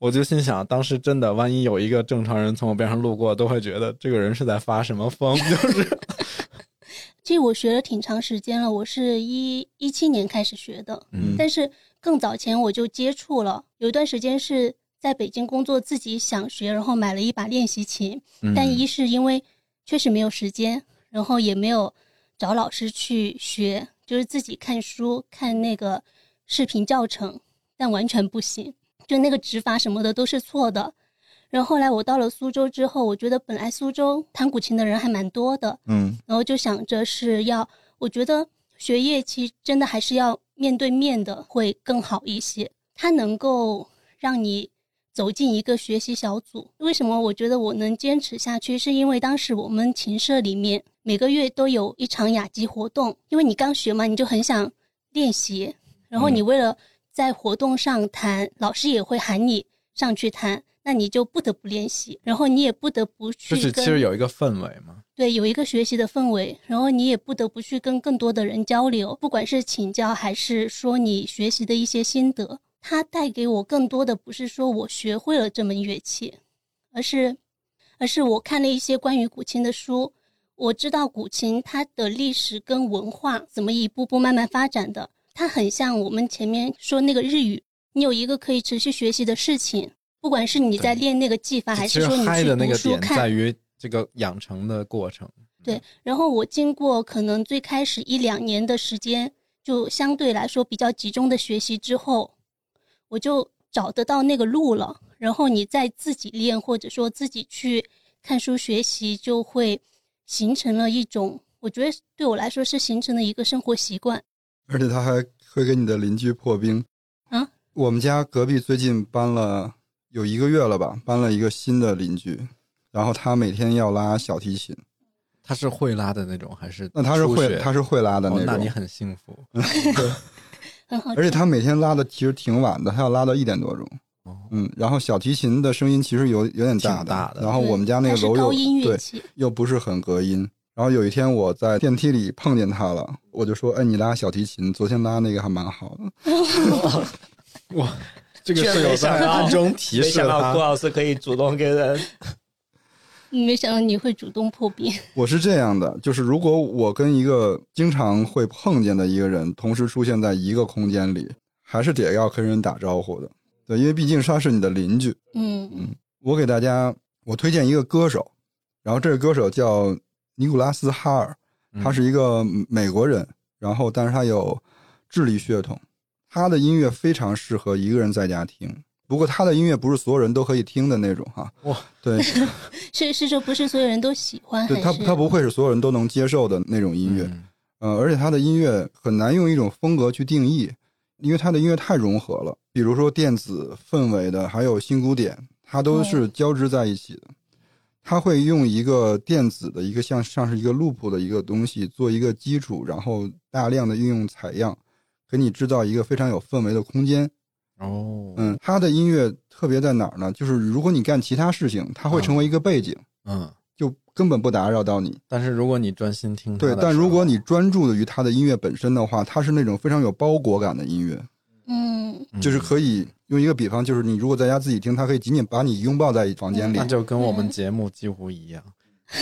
我就心想，当时真的万一有一个正常人从我边上路过，都会觉得这个人是在发什么疯，就是其实我学了挺长时间了，我是一一七年开始学的，嗯，但是更早前我就接触了，有一段时间是在北京工作，自己想学，然后买了一把练习琴，嗯，但一是因为确实没有时间，然后也没有找老师去学，就是自己看书看那个视频教程，但完全不行，就那个指法什么的都是错的。然后后来我到了苏州之后，我觉得本来苏州弹古琴的人还蛮多的，嗯，然后就想着是要，我觉得学乐器真的还是要面对面的会更好一些，它能够让你走进一个学习小组。为什么我觉得我能坚持下去，是因为当时我们琴社里面每个月都有一场雅集活动，因为你刚学嘛，你就很想练习，然后你为了在活动上弹，老师也会喊你上去弹，那你就不得不练习，然后你也不得不去就是其实有一个氛围嘛， 对，有一个学习的氛围，然后你也不得不去跟更多的人交流，不管是请教还是说你学习的一些心得。它带给我更多的不是说我学会了这门乐器，而是而是我看了一些关于古琴的书，我知道古琴它的历史跟文化怎么一步步慢慢发展的。它很像我们前面说那个日语，你有一个可以持续学习的事情，不管是你在练那个技法，还是说你去读书看。 其实嗨的那个点在于这个养成的过程。 对，然后我经过可能最开始一两年的时间，就相对来说比较集中的学习之后，我就找得到那个路了，然后你再自己练，或者说自己去看书学习，就会形成了一种，我觉得对我来说是形成了一个生活习惯。 而且他还会给你的邻居破冰啊！ 我们家隔壁最近搬了有一个月了吧，搬了一个新的邻居，然后他每天要拉小提琴。 他是会拉的那种还是？ 那他是会，他是会拉的那种。 哦，那你很幸福。 而且他每天拉的其实挺晚的，他要拉到一点多钟。哦，嗯，然后小提琴的声音其实有有点大的， 大的。 然后我们家那个楼又对又不是很隔音。然后有一天我在电梯里碰见他了，我就说：“哎，你拉小提琴，昨天拉那个还蛮好的。” 哇，这个是有在暗中提示他。 没想到郭老师可以主动跟人。 没想到你会主动破冰。 我是这样的，就是如果我跟一个经常会碰见的一个人同时出现在一个空间里，还是得要跟人打招呼的。对，因为毕竟他是你的邻居。 嗯嗯。 我给大家，我推荐一个歌手，然后这个歌手叫尼古拉斯·哈尔，他是一个美国人，然后但是他有智利血统，他的音乐非常适合一个人在家听。不过他的音乐不是所有人都可以听的那种哈。 哇， 对， 是是说不是所有人都喜欢， 对，他他不会是所有人都能接受的那种音乐，嗯、呃，而且他的音乐很难用一种风格去定义，因为他的音乐太融合了，比如说电子氛围的，还有新古典，它都是交织在一起的。哦，他会用一个电子的一个像像是一个 loop 的一个东西做一个基础，然后大量的运用采样，给你制造一个非常有氛围的空间。 哦， 嗯，他的音乐特别在哪儿呢？就是如果你干其他事情，它会成为一个背景， 嗯， 就根本不打扰到你。 但是如果你专心听他的， 对，但如果你专注于他的音乐本身的话，它是那种非常有包裹感的音乐。 嗯， 就是可以用一个比方，就是你如果在家自己听，它可以紧紧把你拥抱在房间里， 那就跟我们节目几乎一样。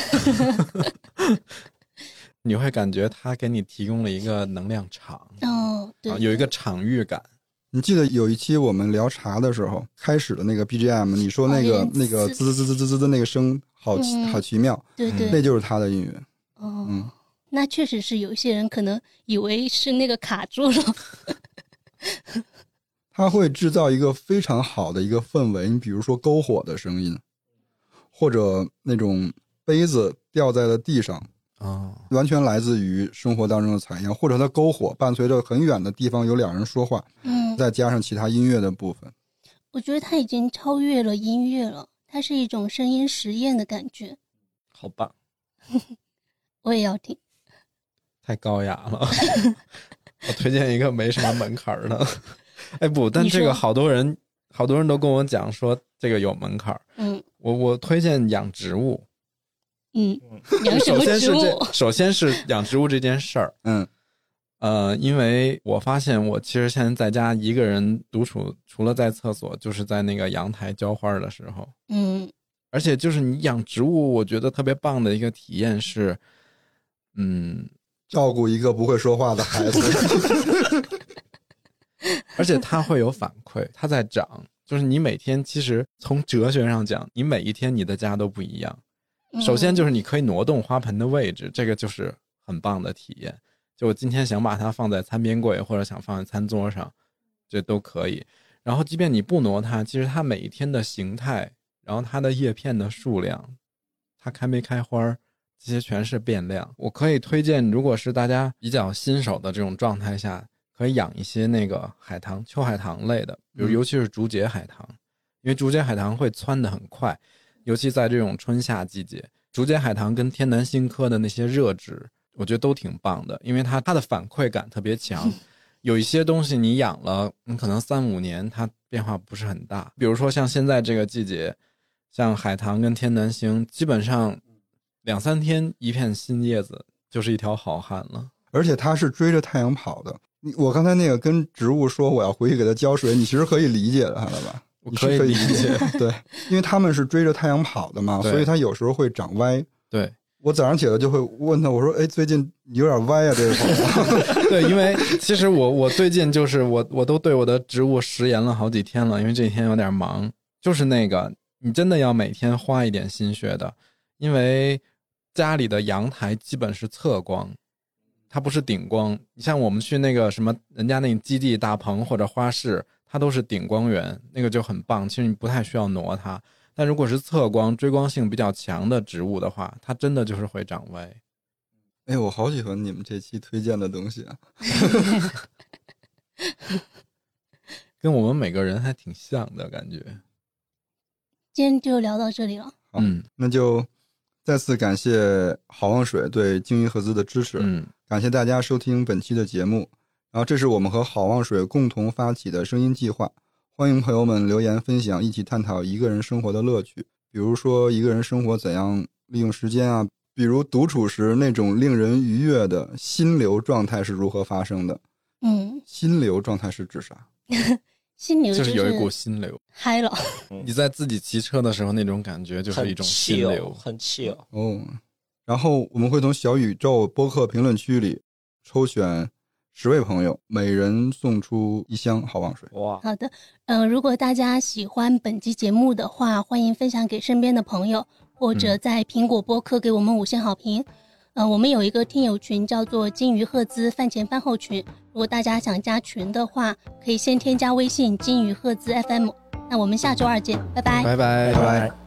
你会感觉它给你提供了一个能量场， 哦，对， 有一个场域感。 你记得有一期我们聊茶的时候，开始的那个 B G M， 你说那个、哦、那个滋滋滋滋滋滋那个声好、嗯、好奇妙， 对对， 那就是他的音乐。 哦，嗯，那确实是有一些人可能以为是那个卡住了。 他会制造一个非常好的一个氛围，你比如说篝火的声音，或者那种杯子掉在了地上。 哦， 完全来自于生活当中的采样，或者它篝火伴随着很远的地方有两人说话， 嗯， 再加上其他音乐的部分。 我觉得它已经超越了音乐了，它是一种声音实验的感觉。 好棒。 我也要听。 太高雅了。我推荐一个没什么门槛的。哎不，但这个好多人好多人都跟我讲说这个有门槛。 嗯， 我我推荐养植物。 嗯，养什么植物？ 首先是这，首先是养植物这件事儿。 嗯， 呃，因为我发现我其实现在在家一个人独处，除了在厕所，就是在那个阳台浇花的时候。 嗯， 而且就是你养植物，我觉得特别棒的一个体验是，嗯， 照顾一个不会说话的孩子， 而且它会有反馈，它在长。就是你每天其实从哲学上讲，你每一天你的家都不一样。首先就是你可以挪动花盆的位置，这个就是很棒的体验。就我今天想把它放在餐边柜，或者想放在餐桌上，这都可以。然后即便你不挪它，其实它每一天的形态，然后它的叶片的数量，它开没开花，这些全是变量。我可以推荐，如果是大家比较新手的这种状态下，可以养一些那个海棠、秋海棠类的，比如尤其是竹节海棠，因为竹节海棠会蹿得很快，尤其在这种春夏季节。竹节海棠跟天南星科的那些热植，我觉得都挺棒的，因为它它的反馈感特别强。有一些东西你养了，你可能三五年它变化不是很大。比如说像现在这个季节，像海棠跟天南星，基本上两三天一片新叶子，就是一条好汉了。 而且它是追着太阳跑的。我刚才那个跟植物说我要回去给它浇水，你其实可以理解它了吧？ 我可以理解， 对，因为他们是追着太阳跑的嘛，所以它有时候会长歪。 对，我早上起来就会问他，我说：“哎，最近有点歪啊，这个跑。” 对，因为其实我我最近就是我我都对我的植物食言了好几天了，因为这几天有点忙。就是那个，你真的要每天花一点心血的，因为家里的阳台基本是侧光。它不是顶光，你像我们去那个什么人家那个基地大棚或者花市，它都是顶光源，那个就很棒，其实你不太需要挪它。但如果是侧光追光性比较强的植物的话，它真的就是会长歪。 哎，我好喜欢你们这期推荐的东西啊跟我们每个人还挺像的感觉。 今天就聊到这里了。 嗯， 那就再次感谢好望水对鲸鱼赫兹的支持， 嗯， 感谢大家收听本期的节目。然后这是我们和好望水共同发起的声音计划，欢迎朋友们留言分享，一起探讨一个人生活的乐趣，比如说一个人生活怎样利用时间啊，比如独处时那种令人愉悦的心流状态是如何发生的。 嗯， 心流状态是指啥？ 心流就是有一股心流， 嗨了。 你在自己骑车的时候那种感觉就是一种心流， 很气哦。 哦，然后我们会从小宇宙播客评论区里抽选十位朋友，每人送出一箱好望水。 哇， 好的，嗯、呃，如果大家喜欢本期节目的话，欢迎分享给身边的朋友，或者在苹果播客给我们五星好评。嗯、呃，我们有一个听友群叫做鲸鱼赫兹饭前饭后群，如果大家想加群的话，可以先添加微信鲸鱼赫兹 F M。那我们下周二见，拜拜， 拜拜， 拜拜。